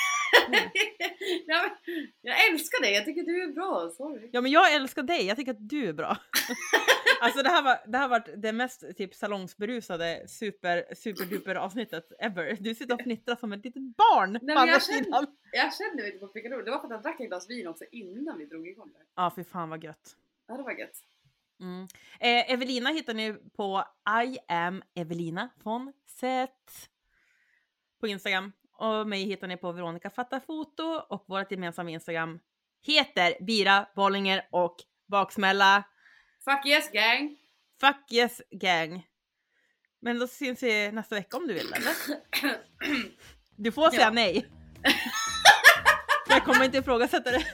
Ja, men jag älskar dig, jag tycker du är bra, sorry. Ja men jag älskar dig, jag tycker att du är bra. Alltså det här var det här var det mest typ salongsberusade super superduper avsnittet ever. Du sitter och fnittrar som ett litet barn men på andra jag känner- sidan. Jag kände mig inte på pickadoll, det var för att jag drack ett glas vin också innan vi drog igång det. Ja, för fan vad gött. Ja, det var gött. Mm. Eh, Evelina hittar ni på I am Evelina von Seth på Instagram. Och mig hittar ni på Veronica Fattar Foto, och vårt gemensamma Instagram heter Bira Bollinger och Baksmälla. Fuck yes gang! Fuck yes gang. Men då syns vi nästa vecka om du vill, eller? Du får säga Ja. nej. Jag kommer inte ifrågasätta det.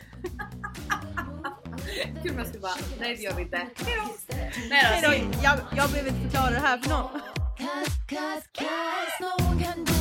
Kul om jag skulle bara, nej det gör vi inte. Hejdå! Nej Nej då, då, jag, jag behöver inte förklara det här för någon. Cause, cause, cause no one can do